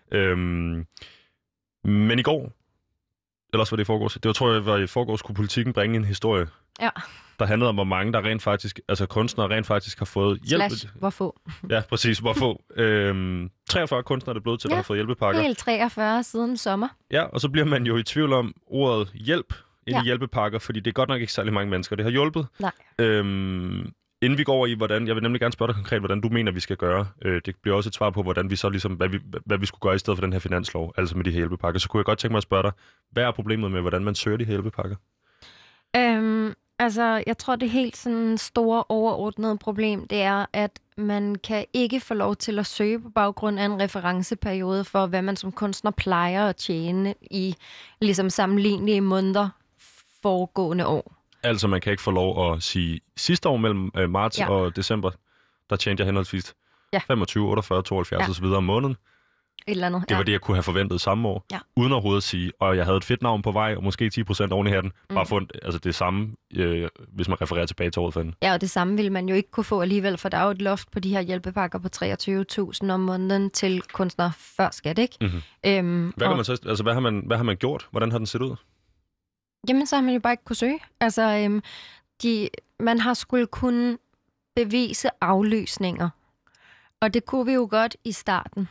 [SPEAKER 1] Men i går, eller også var det i forgårs, var i forgårs, kunne Politikken bringe en historie, der handlede om, hvor mange der rent faktisk, altså kunstnere rent faktisk har fået hjælp.
[SPEAKER 2] Hvor få.
[SPEAKER 1] Ja, præcis, hvor få. 43 kunstnere er det blevet til, der har fået hjælpepakker.
[SPEAKER 2] Helt 43 siden sommer.
[SPEAKER 1] Ja, og så bliver man jo i tvivl om ordet hjælp ind i hjælpepakker, fordi det er godt nok ikke særlig mange mennesker, det har hjulpet.
[SPEAKER 2] Nej.
[SPEAKER 1] Inden vi går over i, jeg vil nemlig gerne spørge dig konkret, hvordan du mener, vi skal gøre. Det bliver også et svar på, hvordan vi så ligesom, hvad vi skulle gøre i stedet for den her finanslov, altså med de her hjælpepakker. Så kunne jeg godt tænke mig at spørge dig, hvad er problemet med, hvordan man søger de her hjælpepakker?
[SPEAKER 2] Altså, jeg tror, det helt sådan store overordnede problem, det er, at man kan ikke få lov til at søge på baggrund af en referenceperiode for, hvad man som kunstner plejer at tjene i ligesom sammenlignelige måneder foregående år.
[SPEAKER 1] Altså, man kan ikke få lov at sige, sidste år mellem marts og december, der tjente jeg henholdsvis 25, 48, 72 og så videre om måneden.
[SPEAKER 2] Et eller andet,
[SPEAKER 1] det var det, jeg kunne have forventet samme år, uden overhovedet at sige, og jeg havde et fedt navn på vej, og måske 10% oven i hatten. Bare få det samme, hvis man refererer tilbage til året fanden.
[SPEAKER 2] Ja, og det samme ville man jo ikke kunne få alligevel, for der er jo et loft på de her hjælpepakker på 23.000 om måneden til kunstnere før skat, ikke?
[SPEAKER 1] Mm-hmm. Hvad har man gjort? Hvordan har den set ud?
[SPEAKER 2] Jamen, så har man jo bare ikke kunne søge. Altså, man har skulle kunne bevise aflysninger. Og det kunne vi jo godt i starten.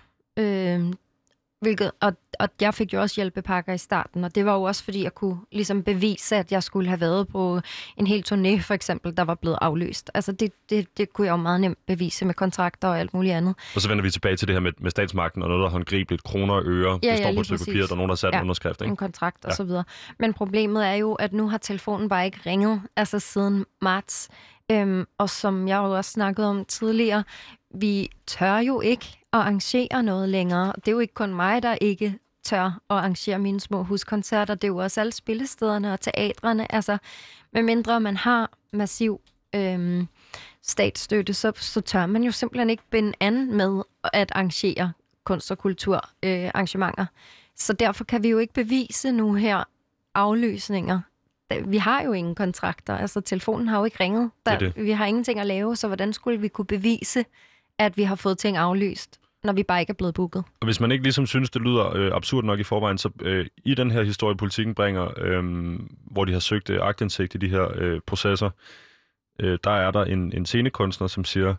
[SPEAKER 2] Og jeg fik jo også hjælpepakker i starten, og det var jo også, fordi jeg kunne ligesom bevise, at jeg skulle have været på en hel turné, for eksempel, der var blevet aflyst. Altså, det kunne jeg jo meget nemt bevise med kontrakter og alt muligt andet.
[SPEAKER 1] Og så vender vi tilbage til det her med statsmagten, og noget, der håndgribeligt, kroner og øre, det står på et stykke papir, der er nogen, der har sat en underskrift, ikke?
[SPEAKER 2] En kontrakt og så videre. Men problemet er jo, at nu har telefonen bare ikke ringet, altså siden marts. Og som jeg jo også snakkede om tidligere, vi tør jo ikke at arrangere noget længere. Det er jo ikke kun mig, der ikke tør at arrangere mine små huskoncerter. Det er jo også alle spillestederne og teatrene. Altså, medmindre man har massiv statsstøtte, så tør man jo simpelthen ikke binde an med at arrangere kunst- og kulturarrangementer. Så derfor kan vi jo ikke bevise nu her afløsninger. Vi har jo ingen kontrakter. Altså, telefonen har jo ikke ringet. Vi har ingenting at lave, så hvordan skulle vi kunne bevise, at vi har fået ting aflyst, når vi bare ikke er blevet booket? Og
[SPEAKER 1] hvis man ikke ligesom synes, det lyder absurd nok i forvejen, så i den her historie, Politikken bringer, hvor de har søgt aktindsigt i de her processer, der er der en scenekunstner, som siger,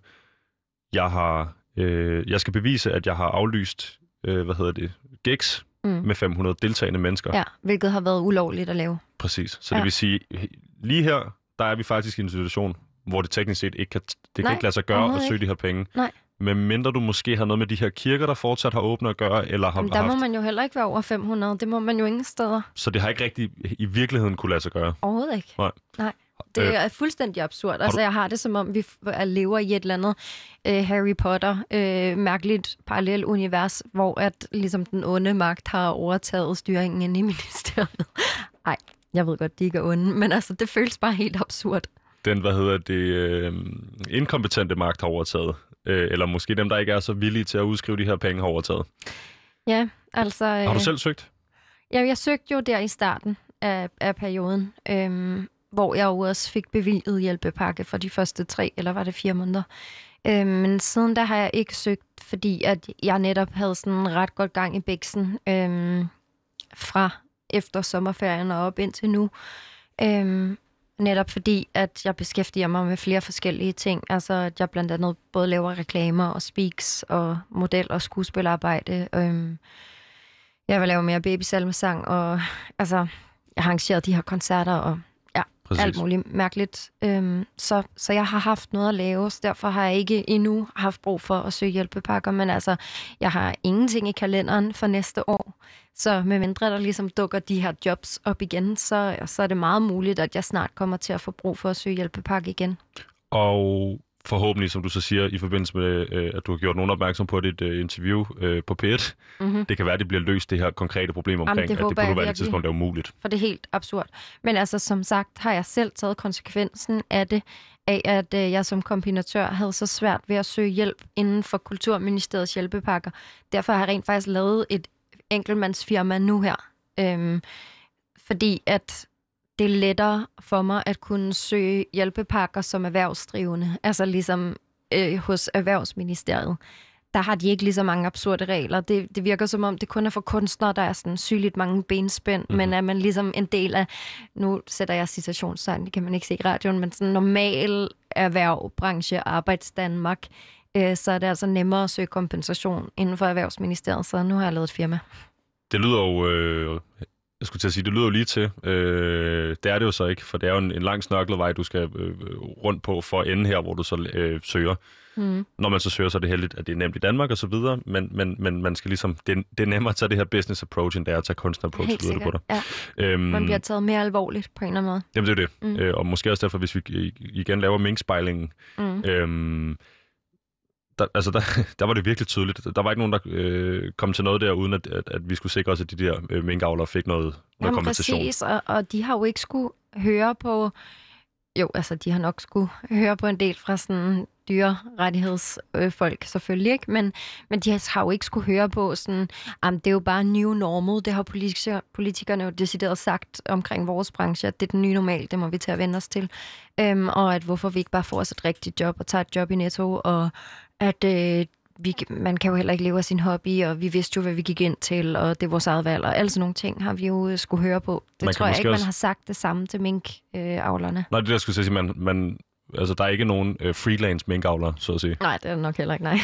[SPEAKER 1] jeg skal bevise, at jeg har aflyst gigs med 500 deltagende mennesker.
[SPEAKER 2] Ja, hvilket har været ulovligt at lave.
[SPEAKER 1] Præcis. Så det vil sige, lige her, der er vi faktisk i en situation, hvor det teknisk set ikke kan lade sig gøre at søge de her penge.
[SPEAKER 2] Nej.
[SPEAKER 1] Men mindre du måske har noget med de her kirker, der fortsat har åbnet at gøre, eller har
[SPEAKER 2] der må man jo heller ikke være over 500. Det må man jo ingen steder.
[SPEAKER 1] Så det har ikke rigtig i virkeligheden kunne lade sig gøre?
[SPEAKER 2] Overhovedet ikke. Nej. Det er fuldstændig absurd. Altså, jeg har det som om, vi lever i et eller andet Harry Potter, mærkeligt parallelt univers, hvor at ligesom den onde magt har overtaget styringen inde i ministeriet. Nej, jeg ved godt, de ikke er onde, men altså, det føles bare helt absurd.
[SPEAKER 1] Den, inkompetente magt har overtaget. Eller måske dem, der ikke er så villige til at udskrive de her penge, har overtaget.
[SPEAKER 2] Ja, altså...
[SPEAKER 1] Har du selv søgt?
[SPEAKER 2] Ja, jeg søgte jo der i starten af perioden, hvor jeg jo også fik bevilget hjælpepakke for de første 3, eller var det 4 måneder. Men siden der har jeg ikke søgt, fordi at jeg netop havde sådan ret godt gang i bæksen fra efter sommerferien og op indtil nu. Netop fordi, at jeg beskæftiger mig med flere forskellige ting. Altså, at jeg blandt andet både laver reklamer og speaks og model- og skuespillerarbejde. Jeg vil lave mere babysalmesang, og altså, jeg har arrangeret de her koncerter, og alt muligt mærkeligt. Så jeg har haft noget at lave, så derfor har jeg ikke endnu haft brug for at søge hjælpepakker, men altså, jeg har ingenting i kalenderen for næste år. Så medmindre der ligesom dukker de her jobs op igen, så er det meget muligt, at jeg snart kommer til at få brug for at søge hjælpepakke igen.
[SPEAKER 1] Og forhåbentlig, som du så siger, i forbindelse med, at du har gjort nogen opmærksom på dit interview på P1, det kan være, at det bliver løst, det her konkrete problem omkring, at det på nuværende tidspunkt er umuligt.
[SPEAKER 2] For det er helt absurd. Men altså, som sagt, har jeg selv taget konsekvensen af det, af at jeg som kombinatør havde så svært ved at søge hjælp inden for Kulturministeriets hjælpepakker. Derfor har jeg rent faktisk lavet et enkeltmandsfirma nu her. Fordi at det er lettere for mig at kunne søge hjælpepakker som erhvervsdrivende, altså ligesom hos Erhvervsministeriet. Der har de ikke lige så mange absurde regler. Det virker som om, det kun er for kunstnere, der er sådan sygeligt mange benspænd, men er man ligesom en del af, nu sætter jeg citationstegn, det kan man ikke se i radioen, men sådan normal erhverv, branche, arbejdsdanmark, så er det altså nemmere at søge kompensation inden for Erhvervsministeriet, så nu har jeg lavet et firma.
[SPEAKER 1] Det lyder jo, jeg skulle til at sige, det lyder jo lige til. Det er det jo så ikke, for det er jo en lang snørklet vej, du skal rundt på for at ende her, hvor du så søger. Når man så søger, så er det heldigt, at det er nemt i Danmark og så videre, men man skal ligesom, det er nemmere at tage det her business approach, end det er at tage kunstner approach.
[SPEAKER 2] Helt sikkert, ja. Man bliver taget mere alvorligt på en eller anden måde.
[SPEAKER 1] Jamen det er det. Og måske også derfor, hvis vi igen laver minkspejlingen, der var det virkelig tydeligt. Der var ikke nogen, der kom til noget der, uden at vi skulle sikre os, at de der minkavlere fik noget kompensation.
[SPEAKER 2] Præcis, og de har jo ikke skulle høre på... Jo, altså de har nok skulle høre på en del fra sådan dyrerettighedsfolk selvfølgelig, ikke? Men de har jo ikke skulle høre på sådan, det er jo bare new normal. Det har politikerne jo decideret sagt omkring vores branche, at det er den nye normal, det må vi til at vende os til. Og at hvorfor vi ikke bare får os et rigtigt job og tager et job i Netto, og at man kan jo heller ikke leve af sin hobby, og vi vidste jo, hvad vi gik ind til, og det er vores eget valg, og alle sådan nogle ting har vi jo skulle høre på. Det tror jeg ikke, man har sagt det samme til minkavlerne.
[SPEAKER 1] Nej, det der skulle sige, altså, der er ikke nogen freelance minkavlere, så at sige.
[SPEAKER 2] Nej, det er nok heller ikke, nej.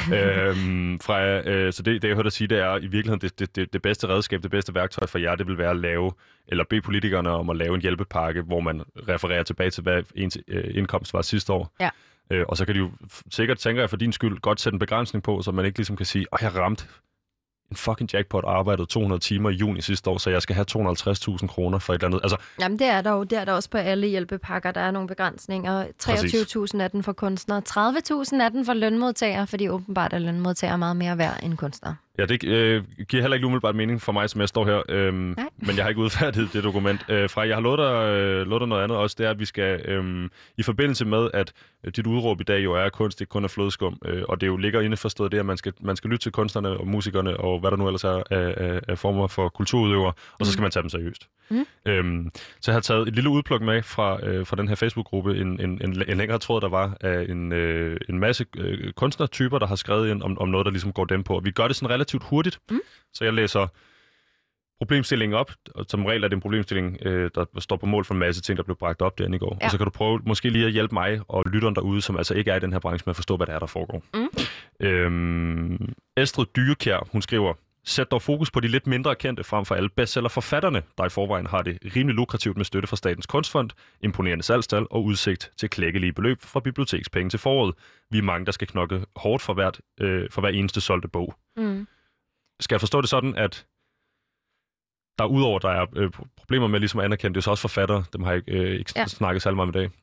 [SPEAKER 1] Så det, jeg hørte dig sige, det er i virkeligheden det bedste redskab, det bedste værktøj for jer, det vil være at lave, eller bede politikerne om at lave en hjælpepakke, hvor man refererer tilbage til, hvad ens indkomst var sidste år.
[SPEAKER 2] Ja.
[SPEAKER 1] Og så kan de jo sikkert, tænker jeg for din skyld, godt sætte en begrænsning på, så man ikke ligesom kan sige, jeg ramte en fucking jackpot og arbejdede 200 timer i juni sidste år, så jeg skal have 250.000 kroner for et eller andet. Altså,
[SPEAKER 2] jamen det er der jo. Det er der også på alle hjælpepakker. Der er nogle begrænsninger. 23.000 er den for kunstnere. 30.000 er den for lønmodtagere, fordi åbenbart er lønmodtagere meget mere værd end kunstnere.
[SPEAKER 1] Ja, det giver heller ikke umiddelbart mening for mig, som jeg står her. Men jeg har ikke udfærdiget det dokument. Jeg har lovet dig noget andet også. Det er, at vi skal i forbindelse med, at dit udråb i dag jo er, at kunst ikke kun er flødeskum, og det jo ligger indeforstået det, at man skal lytte til kunstnerne og musikerne og hvad der nu ellers er af former for kulturudøvere, og så skal man tage dem seriøst. Så jeg har taget et lille udpluk med fra den her Facebook-gruppe, en længere tråd, der var af en masse kunstnertyper, der har skrevet ind om noget, der ligesom går dem på. Vi gør det sådan relativt hurtigt, så jeg læser problemstillingen op, og som regel er det en problemstilling, der står på mål for en masse ting, der blev bragt op derinde i går. Ja. Og så kan du prøve måske lige at hjælpe mig og lytteren derude, som altså ikke er i den her branche, med at forstå, hvad det er, der foregår. Estrid Dyrekjær, hun skriver: Sæt dog fokus på de lidt mindre kendte frem for alle bestsellerforfatterne, der i forvejen har det rimelig lukrativt med støtte fra Statens Kunstfond, imponerende salgstal og udsigt til klækkelige beløb fra bibliotekspenge til foråret. Vi er mange, der skal knokle hårdt for hver eneste solgte bog. Skal jeg forstå det sådan, at der udover der er problemer med ligesom at anerkende, det er så også forfattere, dem har jeg ikke snakket særlig meget om i dag.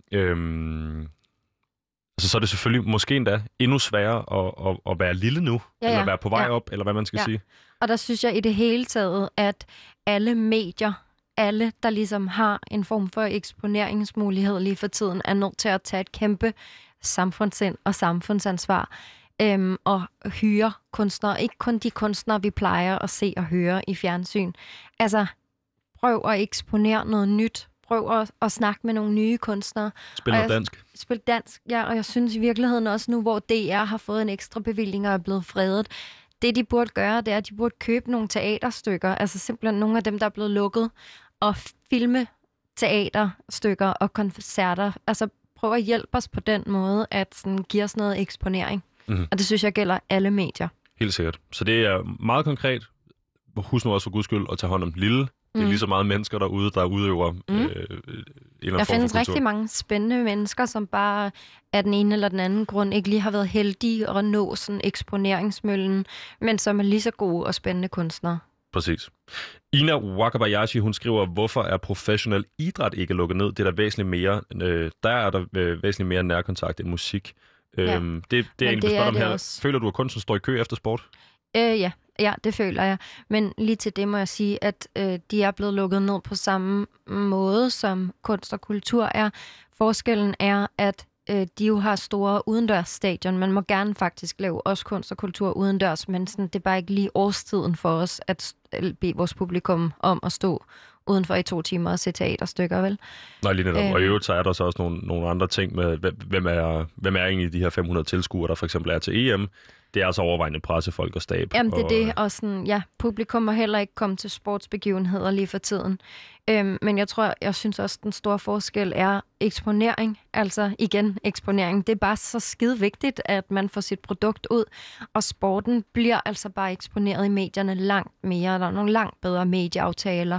[SPEAKER 1] Altså, så er det selvfølgelig måske endda endnu sværere at være lille nu, eller være på vej op, eller hvad man skal sige.
[SPEAKER 2] Og der synes jeg i det hele taget, at alle medier, alle, der ligesom har en form for eksponeringsmulighed lige for tiden, er nødt til at tage et kæmpe samfundssind og samfundsansvar og hyre kunstnere. Ikke kun de kunstnere, vi plejer at se og høre i fjernsyn. Altså, prøv at eksponere noget nyt. Prøv at snakke med nogle nye kunstnere. Spil dansk, ja, og jeg synes i virkeligheden også nu, hvor DR har fået en ekstra bevilling og er blevet fredet, det de burde gøre, det er, at de burde købe nogle teaterstykker, altså simpelthen nogle af dem, der er blevet lukket, og filme teaterstykker og koncerter. Altså prøv at hjælpe os på den måde, at sådan, give os noget eksponering. Og det synes jeg gælder alle medier. Helt
[SPEAKER 1] sikkert. Så det er meget konkret. Husk nu også for guds skyld at tage hånd om lille. Det er lige så meget mennesker derude, der udøver
[SPEAKER 2] der findes rigtig mange spændende mennesker, som bare af den ene eller den anden grund ikke lige har været heldige at nå sådan eksponeringsmøllen, men som er lige så gode og spændende kunstnere.
[SPEAKER 1] Præcis. Ina Wakabayashi, hun skriver, hvorfor er professionel idræt ikke lukket ned? Det er der væsentligt mere. Der er der væsentligt mere nærkontakt end musik. Det er egentlig spørgsmål om her. Også. Føler du, at kunsten står i kø efter sport?
[SPEAKER 2] Ja, det føler jeg. Men lige til det må jeg sige, at de er blevet lukket ned på samme måde, som kunst og kultur er. Forskellen er, at de jo har store udendørsstadion. Man må gerne faktisk lave også kunst og kultur udendørs, men sådan, det er bare ikke lige årstiden for os at bede vores publikum om at stå udenfor i 2 timer og se teaterstykker, vel?
[SPEAKER 1] Nej, lige netop. Og i øvrigt så er der så også nogle andre ting med, hvem er egentlig de her 500 tilskuere, der for eksempel er til EM. Det er altså overvejende pressefolk og stab.
[SPEAKER 2] Jamen, det er det. Og sådan, ja, publikum må heller ikke komme til sportsbegivenheder lige for tiden. Men jeg synes også, den store forskel er eksponering. Altså igen, eksponering. Det er bare så skide vigtigt, at man får sit produkt ud. Og sporten bliver altså bare eksponeret i medierne langt mere. Der er nogle langt bedre medieaftaler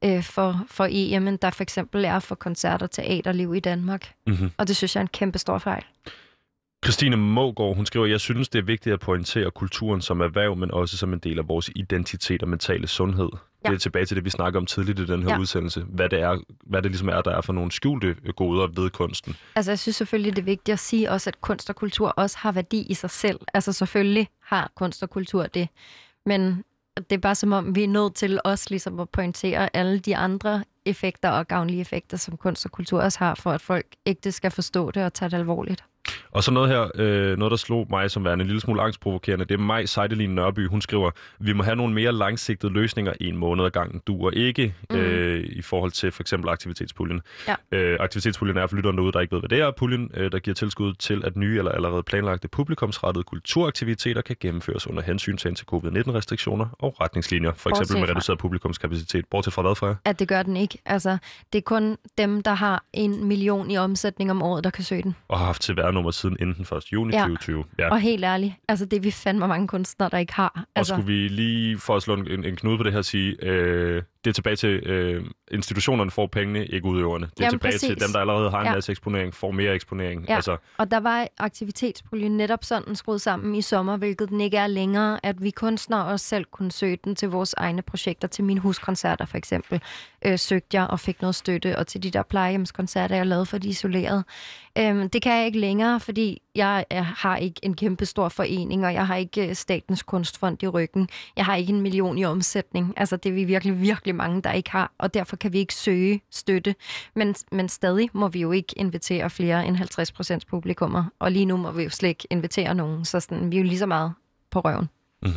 [SPEAKER 2] for EM, end der for eksempel er for koncert- og teaterliv i Danmark. Mm-hmm. Og det synes jeg er en kæmpe stor fejl.
[SPEAKER 1] Christine Mågaard, hun skriver, jeg synes, det er vigtigt at pointere kulturen som erhverv, men også som en del af vores identitet og mentale sundhed. Ja. Det er tilbage til det, vi snakker om tidligt i den her udsendelse. Hvad det ligesom er, der er for nogle skjulte goder ved kunsten. Altså,
[SPEAKER 2] jeg synes selvfølgelig, det er vigtigt at sige også, at kunst og kultur også har værdi i sig selv. Altså, selvfølgelig har kunst og kultur det. Men det er bare som om, vi er nødt til også ligesom at pointere alle de andre effekter og gavnlige effekter, som kunst og kultur også har, for at folk ikke skal forstå det og tage det alvorligt.
[SPEAKER 1] Og så noget her, noget der slog mig som værende en lille smule angstprovokerende, det er Maj Seidelin Nørby. Hun skriver, vi må have nogle mere langsigtede løsninger i en måned ad gangen. Duer ikke i forhold til for eksempel aktivitetspuljen. Ja. Aktivitetspuljen er for lytterne derude, der ikke ved, hvad det er. Puljen, der giver tilskud til, at nye eller allerede planlagte publikumsrettede kulturaktiviteter kan gennemføres under hensyntagen til covid-19-restriktioner og retningslinjer. For eksempel med reduceret publikumskapacitet. Bortset fra hvad, Freja?
[SPEAKER 2] At det gør den ikke. Altså, det er kun dem, der har 1 million i omsætning om året, der kan søge den.
[SPEAKER 1] Og har haft til nummer siden inden 1. juni 2020. Ja.
[SPEAKER 2] Og helt ærligt, altså det er vi fandme mange kunstnere, der ikke har. Altså.
[SPEAKER 1] Og skulle vi lige for at slå en knude på det her sige, det er tilbage til institutionerne får pengene, ikke udøverne. Det er tilbage præcis. Til dem, der allerede har en masse eksponering, får mere eksponering.
[SPEAKER 2] Ja. Altså. Og der var aktivitetspuljen netop sådan skruet sammen i sommer, hvilket den ikke er længere, at vi kunstnere også selv kunne søge den til vores egne projekter, til mine huskoncerter for eksempel. Søgte jeg og fik noget støtte, og til de der plejehjemskoncerter, jeg lavede for de isolerede. Det kan jeg ikke længere, fordi jeg har ikke en kæmpe stor forening, og jeg har ikke Statens Kunstfond i ryggen. Jeg har ikke 1 million i omsætning. Altså, det er vi virkelig, virkelig mange, der ikke har, og derfor kan vi ikke søge støtte. Men stadig må vi jo ikke invitere flere end 50% publikummer, og lige nu må vi jo slet ikke invitere nogen, så sådan, vi er jo lige så meget på røven.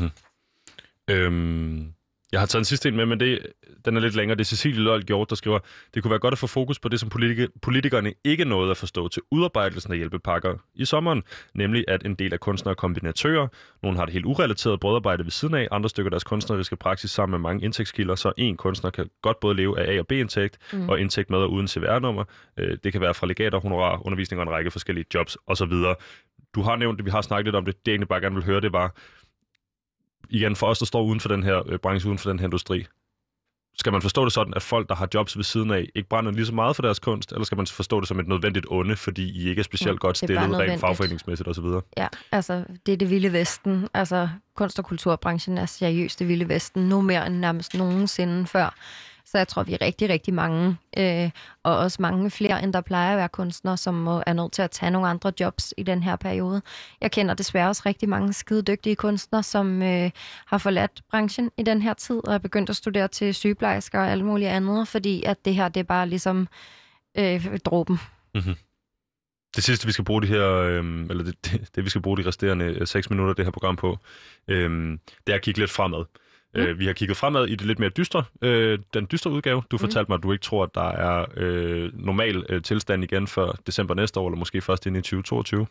[SPEAKER 1] Mm-hmm. Jeg har taget en sidste en med, men den er lidt længere. Det er Cecilie Lold Hjort, der skriver, det kunne være godt at få fokus på det, som politikerne ikke nåede at forstå til udarbejdelsen af hjælpepakker i sommeren, nemlig at en del af kunstnere er kombinatører. Nogle har det helt urelateret brødarbejde ved siden af, andre stykker deres kunstneriske praksis sammen med mange indtægtskilder, så en kunstner kan godt både leve af A- og B-indtægt, og indtægt med og uden CVR-nummer. Det kan være fra legater, honorar, undervisning og en række forskellige jobs osv. Du har nævnt det, vi har snakket lidt om det. Det, jeg egentlig bare gerne vil høre, det var, igen, for os, der står uden for den her branche, uden for den her industri, skal man forstå det sådan, at folk, der har jobs ved siden af, ikke brænder lige så meget for deres kunst, eller skal man forstå det som et nødvendigt onde, fordi I ikke er specielt godt stillet rent fagforeningsmæssigt osv.?
[SPEAKER 2] Ja, altså, det er det vilde vesten. Altså, kunst- og kulturbranchen er seriøst det vilde vesten, nu mere end nærmest nogensinde før. Så jeg tror, vi er rigtig, rigtig mange, og også mange flere, end der plejer at være kunstnere, som er nødt til at tage nogle andre jobs i den her periode. Jeg kender desværre også rigtig mange skide dygtige kunstnere, som har forladt branchen i den her tid, og er begyndt at studere til sygeplejersker og alt muligt andet, fordi at det her, det er bare ligesom dråben. Mm-hmm.
[SPEAKER 1] Det sidste, vi skal bruge det vi skal bruge de resterende 6 minutter, det her program på, det er at kigge lidt fremad. Vi har kigget fremad i det lidt mere dystre, den dystre udgave. Du fortalte mig, at du ikke tror, at der er normal tilstand igen før december næste år, eller måske først ind i 2022.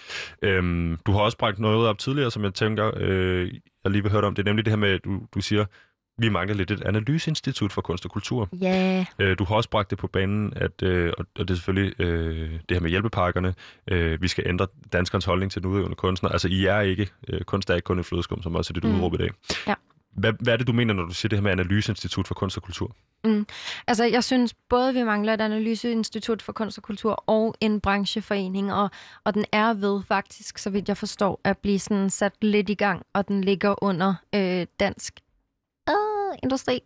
[SPEAKER 1] Du har også bragt noget op tidligere, som jeg tænker, jeg lige vil høre om. Det er nemlig det her med, at du siger, vi mangler lidt et analyseinstitut for kunst og kultur.
[SPEAKER 2] Yeah.
[SPEAKER 1] Du har også bragt det på banen, at, og det er selvfølgelig det her med hjælpepakkerne. Vi skal ændre danskernes holdning til den udøvende kunstner. Altså, I er ikke, kunst er ikke kun et flødeskum, som også er dit udråb i dag. Ja. Hvad er det, du mener, når du siger det her med analyseinstitut for kunst og kultur?
[SPEAKER 2] Altså, jeg synes både, vi mangler et analyseinstitut for kunst og kultur og en brancheforening, og den er ved faktisk, så vidt jeg forstår, at blive sådan sat lidt i gang, og den ligger under dansk industri.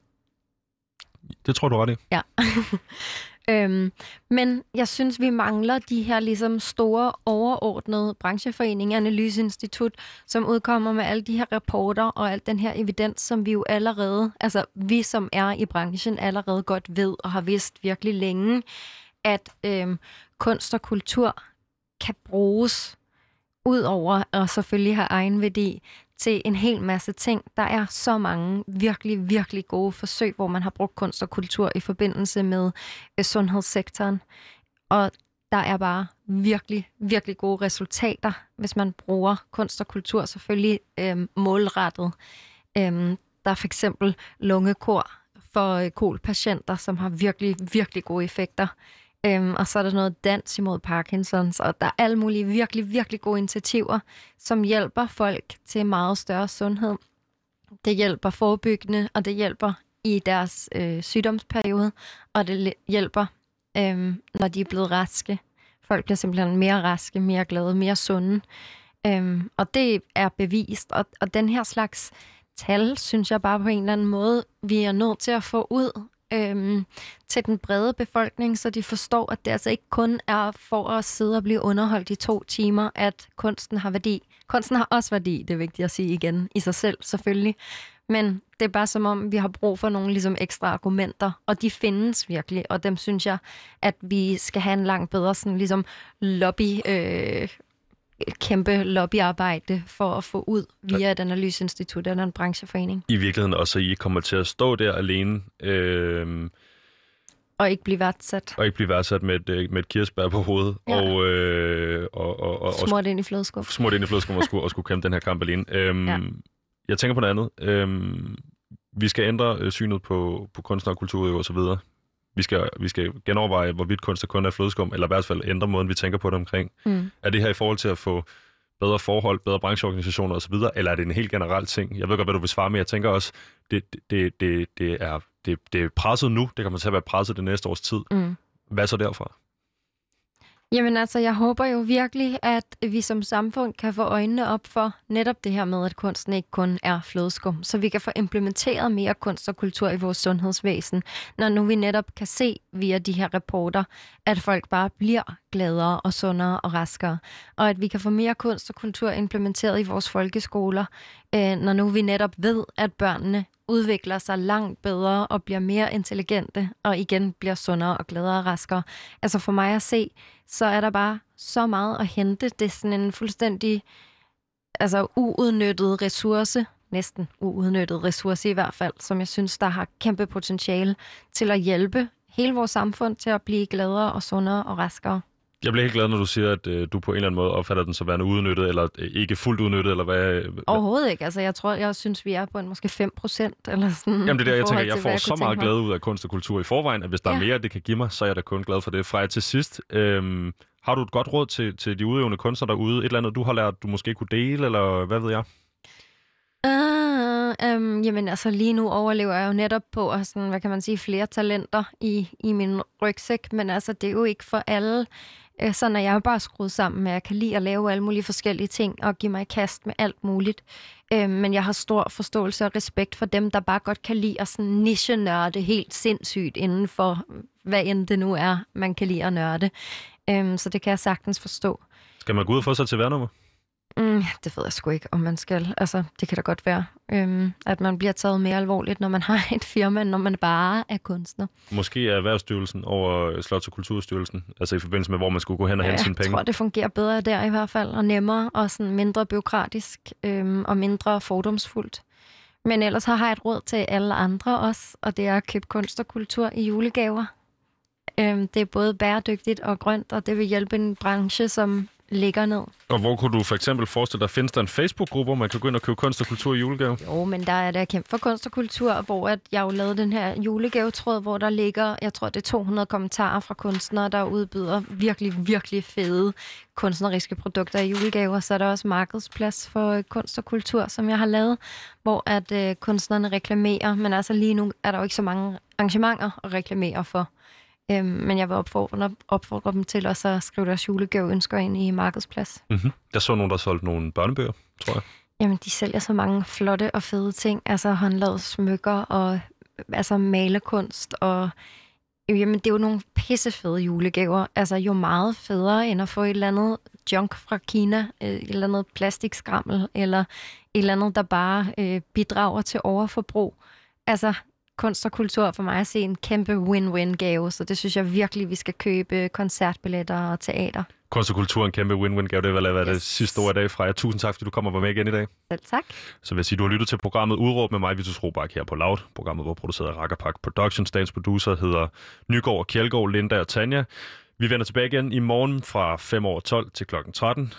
[SPEAKER 1] Det tror du ret i.
[SPEAKER 2] Ja. Men jeg synes, vi mangler de her ligesom store, overordnede brancheforeninger, analyseinstitut, som udkommer med alle de her rapporter og al den her evidens, som vi jo allerede, altså vi som er i branchen, allerede godt ved og har vidst virkelig længe, at kunst og kultur kan bruges ud over at selvfølgelig have egen værdi til en hel masse ting. Der er så mange virkelig, virkelig gode forsøg, hvor man har brugt kunst og kultur i forbindelse med sundhedssektoren. Og der er bare virkelig, virkelig gode resultater, hvis man bruger kunst og kultur selvfølgelig målrettet. Der er for eksempel lungekor for KOL-patienter, som har virkelig, virkelig gode effekter. Og så er der noget dans imod Parkinsons, og der er alle mulige virkelig, virkelig gode initiativer, som hjælper folk til meget større sundhed. Det hjælper forebyggende, og det hjælper i deres sygdomsperiode, og det hjælper, når de er blevet raske. Folk bliver simpelthen mere raske, mere glade, mere sunde. Og det er bevist, og den her slags tal, synes jeg bare på en eller anden måde, vi er nødt til at få ud til den brede befolkning, så de forstår, at det altså ikke kun er for at sidde og blive underholdt i 2 timer, at kunsten har værdi. Kunsten har også værdi, det er vigtigt at sige igen, i sig selv selvfølgelig. Men det er bare som om, vi har brug for nogle ligesom ekstra argumenter, og de findes virkelig, og dem synes jeg, at vi skal have en langt bedre sådan ligesom kæmpe lobbyarbejde for at få ud via et analyseinstitut eller en brancheforening.
[SPEAKER 1] I virkeligheden også, at I kommer til at stå der alene.
[SPEAKER 2] Og ikke blive værdsat.
[SPEAKER 1] Og ikke blive værdsat med et kirsebær på hovedet.
[SPEAKER 2] Ja.
[SPEAKER 1] Og
[SPEAKER 2] smurt ind i flødeskum.
[SPEAKER 1] Smurt ind i flødeskum og skulle kæmpe den her kamp alene. Jeg tænker på noget andet. Vi skal ændre synet på kunstner og kulturudøvere og så videre. Vi skal genoverveje, hvorvidt kunst kun er flødeskum, eller i hvert fald ændre måden, vi tænker på det omkring. Er det her i forhold til at få bedre forhold, bedre brancheorganisationer osv., eller er det en helt generel ting? Jeg ved godt, hvad du vil svare, men jeg tænker også, det er presset nu. Det kommer til at være presset det næste års tid. Hvad så derfra?
[SPEAKER 2] Jamen altså, jeg håber jo virkelig, at vi som samfund kan få øjnene op for netop det her med, at kunsten ikke kun er flødeskum, så vi kan få implementeret mere kunst og kultur i vores sundhedsvæsen, når nu vi netop kan se via de her rapporter, at folk bare bliver gladere og sundere og raskere, og at vi kan få mere kunst og kultur implementeret i vores folkeskoler, når nu vi netop ved, at børnene udvikler sig langt bedre og bliver mere intelligente, og igen bliver sundere og gladere og raskere. Altså for mig at se, så er der bare så meget at hente. Det er sådan en fuldstændig uudnyttet ressource, næsten uudnyttet ressource i hvert fald, som jeg synes, der har kæmpe potentiale til at hjælpe hele vores samfund til at blive gladere og sundere og raskere. Jeg
[SPEAKER 1] bliver helt glad, når du siger, at du på en eller anden måde opfatter den som værende udnyttet, eller ikke fuldt udnyttet, eller hvad?
[SPEAKER 2] Overhovedet ikke. Altså, jeg synes, vi er på måske 5% eller sådan.
[SPEAKER 1] Jamen det er der, jeg tænker, jeg får så meget glæde ud af kunst og kultur i forvejen, at hvis der er mere, det kan give mig, så er jeg da kun glad for det. Freja, til sidst, har du et godt råd til de udøvende kunstnere derude? Et eller andet, du har lært, du måske kunne dele, eller hvad ved jeg?
[SPEAKER 2] Jamen altså lige nu overlever jeg jo netop på at sådan, hvad kan man sige, flere talenter i min rygsæk, men altså det er jo ikke for alle. Sådan er jeg jo bare skruet sammen med, at jeg kan lide at lave alle mulige forskellige ting og give mig i kast med alt muligt. Men jeg har stor forståelse og respekt for dem, der bare godt kan lide at sådan niche-nørde helt sindssygt inden for, hvad end det nu er, man kan lide at nørde. Så det kan jeg sagtens forstå.
[SPEAKER 1] Skal man gå ud og få sig til værnummer?
[SPEAKER 2] Det ved jeg sgu ikke, om man skal. Altså, det kan da godt være, at man bliver taget mere alvorligt, når man har et firma, end når man bare er kunstner.
[SPEAKER 1] Måske er Erhvervsstyrelsen over Slots- og Kulturstyrelsen, altså i forbindelse med, hvor man skulle gå hen og hente sine penge.
[SPEAKER 2] Jeg tror, det fungerer bedre der i hvert fald, og nemmere, og sådan mindre bureaukratisk, og mindre fordomsfuldt. Men ellers har jeg et råd til alle andre også, og det er at købe kunst og kultur i julegaver. Det er både bæredygtigt og grønt, og det vil hjælpe en branche, som ligger ned.
[SPEAKER 1] Og hvor kunne du for eksempel forestille dig, findes der en Facebook-gruppe, hvor man kan gå ind og købe kunst og kultur i julegave?
[SPEAKER 2] Jo, men der er der kæmpe for kunst og kultur, hvor at jeg jo lavede den her julegavetråd, hvor der ligger, jeg tror det er 200 kommentarer fra kunstnere, der udbyder virkelig, virkelig fede kunstneriske produkter i julegaver. Så er der også markedsplads for kunst og kultur, som jeg har lavet, hvor at kunstnerne reklamerer, men altså lige nu er der jo ikke så mange arrangementer at reklamere for. Men jeg vil opfordre dem til også at skrive deres julegaveønsker ind i markedsplads.
[SPEAKER 1] Mm-hmm. Jeg så nogen, der solgte nogle børnebøger, tror jeg.
[SPEAKER 2] Jamen, de sælger så mange flotte og fede ting. Altså håndlavede smykker og altså malerkunst. Og jamen, det er jo nogle pissefede julegaver. Altså jo meget federe end at få et eller andet junk fra Kina. Et eller andet plastikskrammel. Eller et eller andet, der bare bidrager til overforbrug. Altså kunst og kultur for mig at se en kæmpe win-win-gave, så det synes jeg virkelig, vi skal købe koncertbilletter og teater.
[SPEAKER 1] Kunst og kultur en kæmpe win-win-gave. Det vil have været det sidste ord i dag fra jer. Tusind tak, fordi du kommer og var med igen i dag.
[SPEAKER 2] Selv tak.
[SPEAKER 1] Så vil jeg sige, du har lyttet til programmet Udråb med mig, Vitus Robak, her på Loud. Programmet var produceret af Rakkerpak Productions. Dagens producer hedder Nygaard og Kjeldgaard, Linda og Tanja. Vi vender tilbage igen i morgen fra 5:12 til klokken 13.